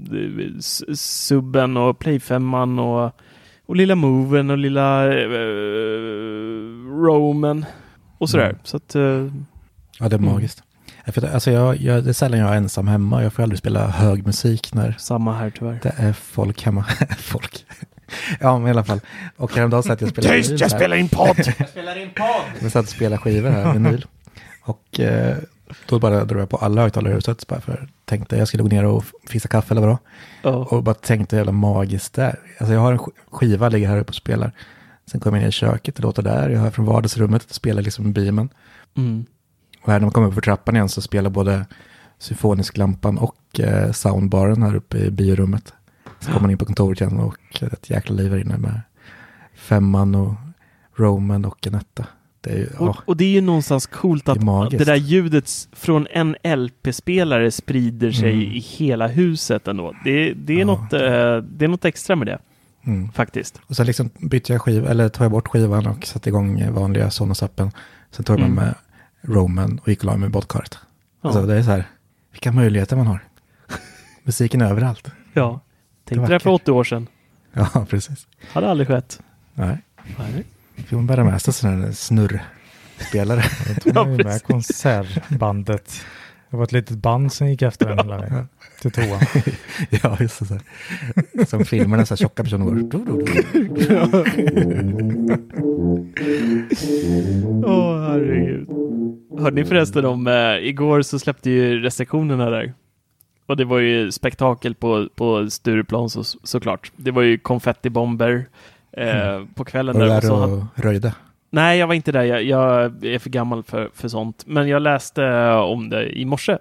subben och Play 5 och lilla Moven och lilla Roman och sådär. Så att, ja, det är magiskt. Alltså det är sällan jag är ensam hemma. Jag får aldrig spela hög musik när samma här tyvärr. Det är folk hemma. Folk. Ja, men i alla fall. Och häromdagen satt jag och spelade skivor. Jag spelar in podd! Jag satt och spelade skivor här, vinyl. Och då bara drog jag på alla högtalare i huset. Bara för tänkte jag skulle gå ner och fixa kaffe eller vad. Och bara tänkte jävla magiskt där. Alltså jag har en skiva ligger här uppe och spelar. Sen kommer jag ner i köket och låter där. Jag hör från vardagsrummet och spelar liksom beamen. Och här när man kommer upp för trappan igen så spelar både symfonisk-lampan och soundbaren här uppe i biorummet. Så kommer man in på kontoret igen och ett jäkla liv här inne med 5 och Roman och en 1. Det är ju, och det är ju någonstans coolt att det där ljudet från en LP-spelare sprider sig i hela huset ändå. Det är något extra med det. Faktiskt. Och sen liksom bytte jag tog jag bort skivan och satte igång vanliga Sonos-appen. Sen tog jag med Roman och gick och la med badkaret. Alltså det är så här, vilka möjligheter man har. Musiken är överallt. Ja, tänkte det för 80 år sedan. Ja, precis. Hade aldrig skett. Nej. Får man bära med sig sådana här snurrspelare. Jag tog med konsertbandet. Det var ett litet band som gick efter den hela vägen till toan. Ja, just det. Som filmerna, så här tjocka personer går. Herregud. Hörde ni förresten om, igår så släppte ju restriktionerna där. Och det var ju spektakel på Stureplan såklart. Det var ju konfettibomber på kvällen. Var du där. där och röjde? Nej, jag var inte där. Jag är för gammal för sånt. Men jag läste om det i morse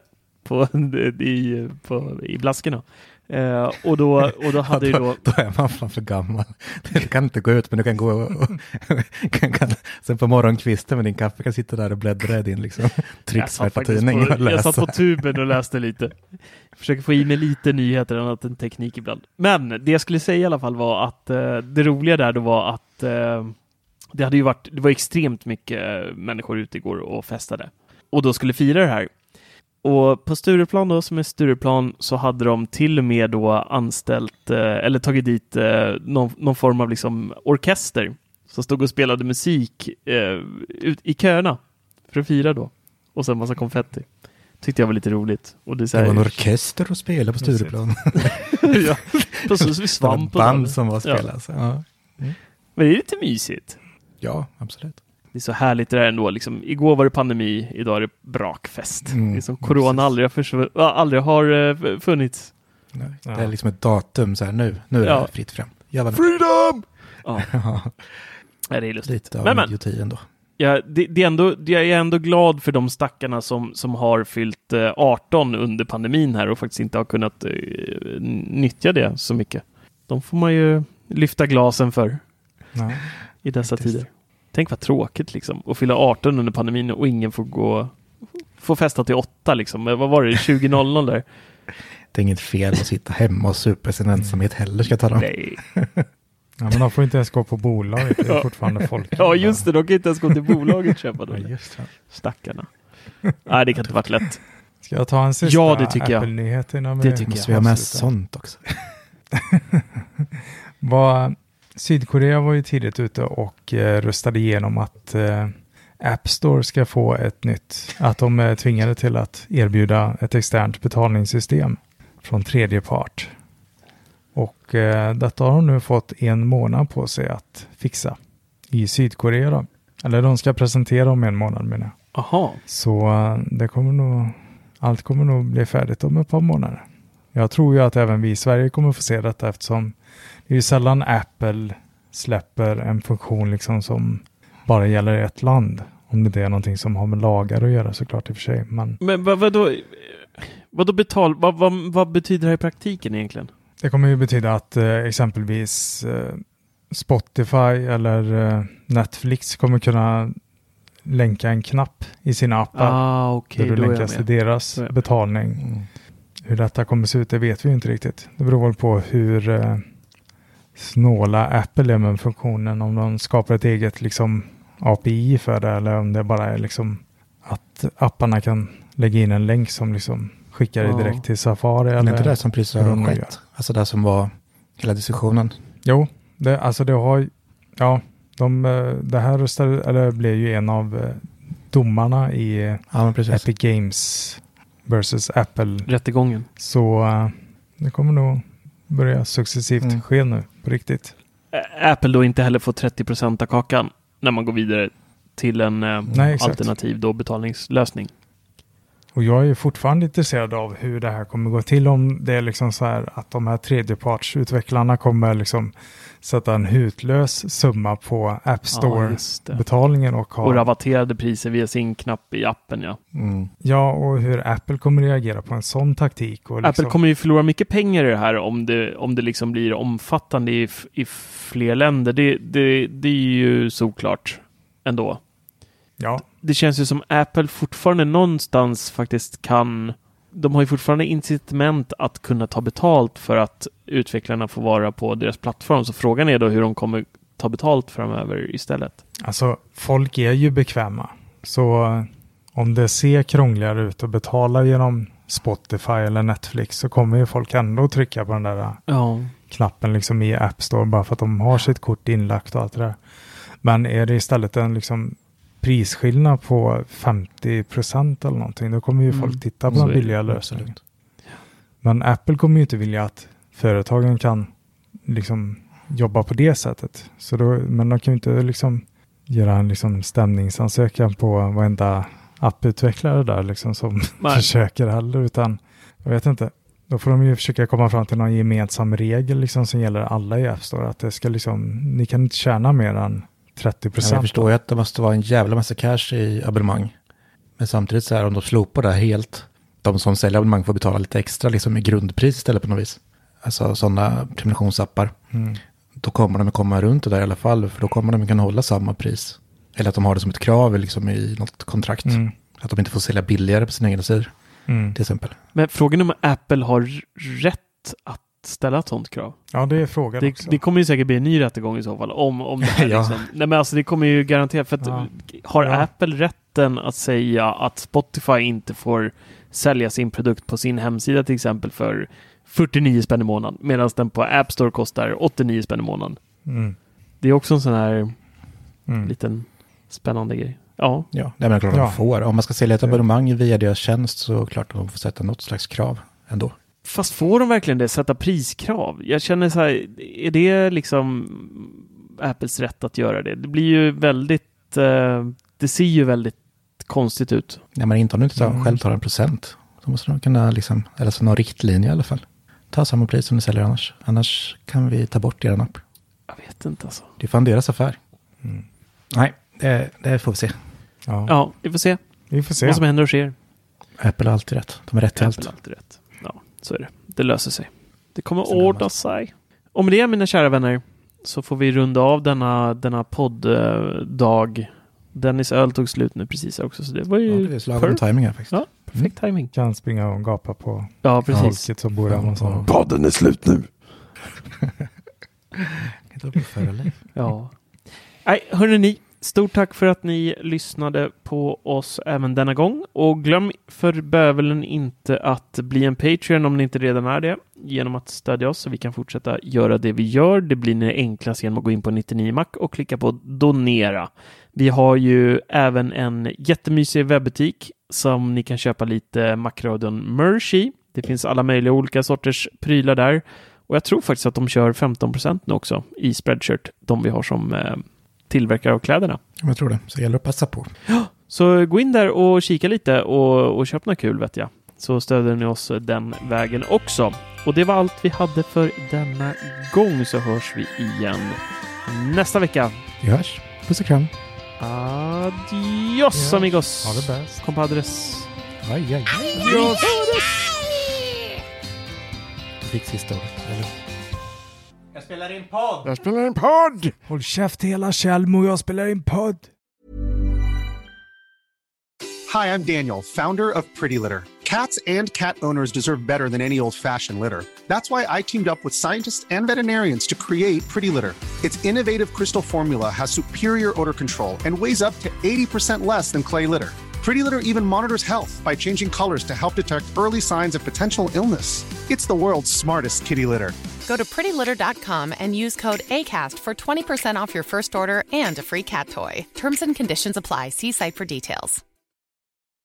i Blaskorna. Och då hade då är man fan för gammal. Du kan inte gå ut, men du kan gå och sen på morgonkvisten med din kaffe kan sitta där och bläddra i din liksom trycksvärta tidning och läsa. Jag satt på tuben och läste lite. Jag försöker få i mig lite nyheter annat än teknik ibland. Men det jag skulle säga i alla fall var att det roliga där då var att det var extremt mycket människor ute igår och festade. Och då skulle fira det här. Och på Stureplan då, som är Stureplan, så hade de till och med då anställt eller tagit dit någon form av liksom orkester som stod och spelade musik ut i köerna för att fira då. Och sen massa konfetti. Tyckte jag var lite roligt. Och det var en orkester att spela på Stureplan. Ja, precis vi svamp på band som var spelas. Ja. Men det är lite mysigt. Ja, absolut. Det är så härligt det där ändå. Liksom, igår var det pandemi, idag är det brakfest. Det är som corona aldrig har funnits. Nej, det är liksom ett datum så här nu är det fritt fram. Freedom! Ja. Det är lustigt. Lite av idioti ändå. Ja, jag är ändå glad för de stackarna som har fyllt 18 under pandemin här och faktiskt inte har kunnat nyttja det så mycket. De får man ju lyfta glasen för i dessa tider. Tänk vad tråkigt liksom. Att fylla 18 under pandemin och ingen får festa till 8 liksom. Vad var det? 20.00 där? Det är inget fel att sitta hemma och supa sin ensamhet heller, ska jag ta dem. Nej. Ja, men de får inte ens gå på bolaget. Det är fortfarande folk. Ja, just det. De kan inte ens gå till bolaget och köpa dem. Ja, just det. Stackarna. Nej, det kan inte varit lätt. Ska jag ta en sista Apple-nyhet innan det tycker måste vi ha med sånt också. Sydkorea var ju tidigt ute och röstade igenom att App Store ska få ett nytt. Att de är tvingade till att erbjuda ett externt betalningssystem från tredje part. Och detta har de nu fått 1 månad på sig att fixa i Sydkorea då. Eller de ska presentera om 1 månad menar jag. Aha. Så allt kommer nog bli färdigt om ett par månader. Jag tror ju att även vi i Sverige kommer få se detta eftersom det är ju sällan Apple släpper en funktion liksom som bara gäller ett land. Om det är någonting som har med lagar att göra såklart i och för sig. Men vad betyder det i praktiken egentligen? Det kommer ju betyda att exempelvis Spotify eller Netflix kommer kunna länka en knapp i sina appar. Okay, där du länkas till deras betalning. Hur detta kommer se ut, det vet vi ju inte riktigt. Det beror väl på hur snåla Apple är med funktionen. Om de skapar ett eget liksom, API för det eller om det bara är liksom att apparna kan lägga in en länk som liksom skickar det direkt till Safari. Men inte det som precis har skett? Alltså det som var hela diskussionen? Jo, det här röstade, eller blev ju en av domarna i Epic Games versus Apple-rättegången. Så det kommer nog börja successivt ske nu på riktigt. Apple då inte heller får 30% av kakan när man går vidare till en alternativ då betalningslösning. Och jag är fortfarande intresserad av hur det här kommer gå till, om det är liksom så här att de här tredjepartsutvecklarna kommer liksom sätta en hutlös summa på App Store-betalningen och rabatterade priser via sin knapp i appen, ja. Mm. Ja, och hur Apple kommer reagera på en sån taktik. Och liksom... Apple kommer ju förlora mycket pengar i det här om det liksom blir omfattande i fler länder. Det är ju såklart ändå. Ja. Det känns ju som Apple fortfarande någonstans faktiskt kan... De har ju fortfarande incitament att kunna ta betalt för att utvecklarna får vara på deras plattform. Så frågan är då hur de kommer ta betalt framöver istället. Alltså, folk är ju bekväma. Så om det ser krångligare ut att betala genom Spotify eller Netflix, så kommer ju folk ändå trycka på den där knappen liksom i App Store bara för att de har sitt kort inlagt och allt det där. Men är det istället en liksom prisskillnad på 50% eller någonting, då kommer ju folk titta på den billiga lösningen. Men Apple kommer ju inte vilja att företagen kan liksom jobba på det sättet. Så då, men de kan ju inte liksom göra en liksom stämningsansökan på varenda apputvecklare där liksom som försöker heller, utan jag vet inte. Då får de ju försöka komma fram till någon gemensam regel liksom som gäller alla i App Store, att det ska liksom, ni kan inte tjäna mer än 30%. Jag förstår ju att det måste vara en jävla massa cash i abonnemang. Men samtidigt så här, om de slopar det här helt, de som säljer abonnemang får betala lite extra liksom i grundpris istället på något vis. Alltså sådana prenumerationsappar. Då kommer de att komma runt det där i alla fall, för då kommer de att kunna hålla samma pris. Eller att de har det som ett krav liksom i något kontrakt. Att de inte får sälja billigare på sina egna sidor. Till exempel. Men frågan är om Apple har rätt att ställa ett sånt krav. Ja, det är frågan också. Det kommer ju säkert bli en ny rättegång i så fall. Om det här liksom. Nej, men alltså det kommer ju garanterat. För att har Apple rätten att säga att Spotify inte får sälja sin produkt på sin hemsida till exempel för 49 spänn i månaden, medan den på App Store kostar 89 spänn i månaden. Det är också en sån här liten spännande grej. Ja, det är klart de får. Om man ska sälja ett abonnemang via deras tjänst, så klart att de får sätta något slags krav ändå. Fast får de verkligen det? Sätta priskrav? Jag känner så här, är det liksom Apples rätt att göra det? Det blir ju väldigt, det ser ju väldigt konstigt ut. Nej, men inte om du inte själv tar 1%. Så måste de kunna liksom, eller så någon riktlinje i alla fall. Ta samma pris som du säljer annars. Annars kan vi ta bort er app. Jag vet inte alltså. Det är fan deras affär. Nej, det får vi se. Ja, vi får se. Vi får se vad som händer och sker. Apple har alltid rätt. De är rätt till allt. Apple har alltid rätt. Ja, så är det. Det löser sig. Det kommer ordna sig. Och med det, mina kära vänner, så får vi runda av denna podd-dag. Dennis öl tog slut nu precis också, så det var ju... det är slagom timing här faktiskt. Ja, perfekt timing. Kan springa och gapa på folket som bor där. Ja, podden är slut nu. Ja. Nej, hörni ni. Stort tack för att ni lyssnade på oss även denna gång. Och glöm för bövelen inte att bli en Patreon om ni inte redan är det. Genom att stödja oss så vi kan fortsätta göra det vi gör. Det blir ni enklast genom att gå in på 99mac och klicka på donera. Vi har ju även en jättemysig webbutik som ni kan köpa lite Macradion merch i. Det finns alla möjliga olika sorters prylar där. Och jag tror faktiskt att de kör 15% nu också i Spreadshirt. De vi har som tillverkare av kläderna. Jag tror det. Så det gäller att passa på. Ja, så gå in där och kika lite och köp något kul, vet jag. Så stöder ni oss den vägen också. Och det var allt vi hade för denna gång, så hörs vi igen nästa vecka. Vi hörs. Puss och kram. Adios, amigos. Ha det bäst. Compadres. Aj. Adios. Du fick sista ordet, eller? Jag spelar in podd! Håll käft hela Kjellmo, jag spelar in podd. Hi, I'm Daniel, founder of Pretty Litter. Cats and cat owners deserve better than any old-fashioned litter. That's why I teamed up with scientists and veterinarians to create Pretty Litter. Its innovative crystal formula has superior odor control and weighs up to 80% less than clay litter. Pretty Litter even monitors health by changing colors to help detect early signs of potential illness. It's the world's smartest kitty litter. Go to prettylitter.com and use code ACAST for 20% off your first order and a free cat toy. Terms and conditions apply. See site for details.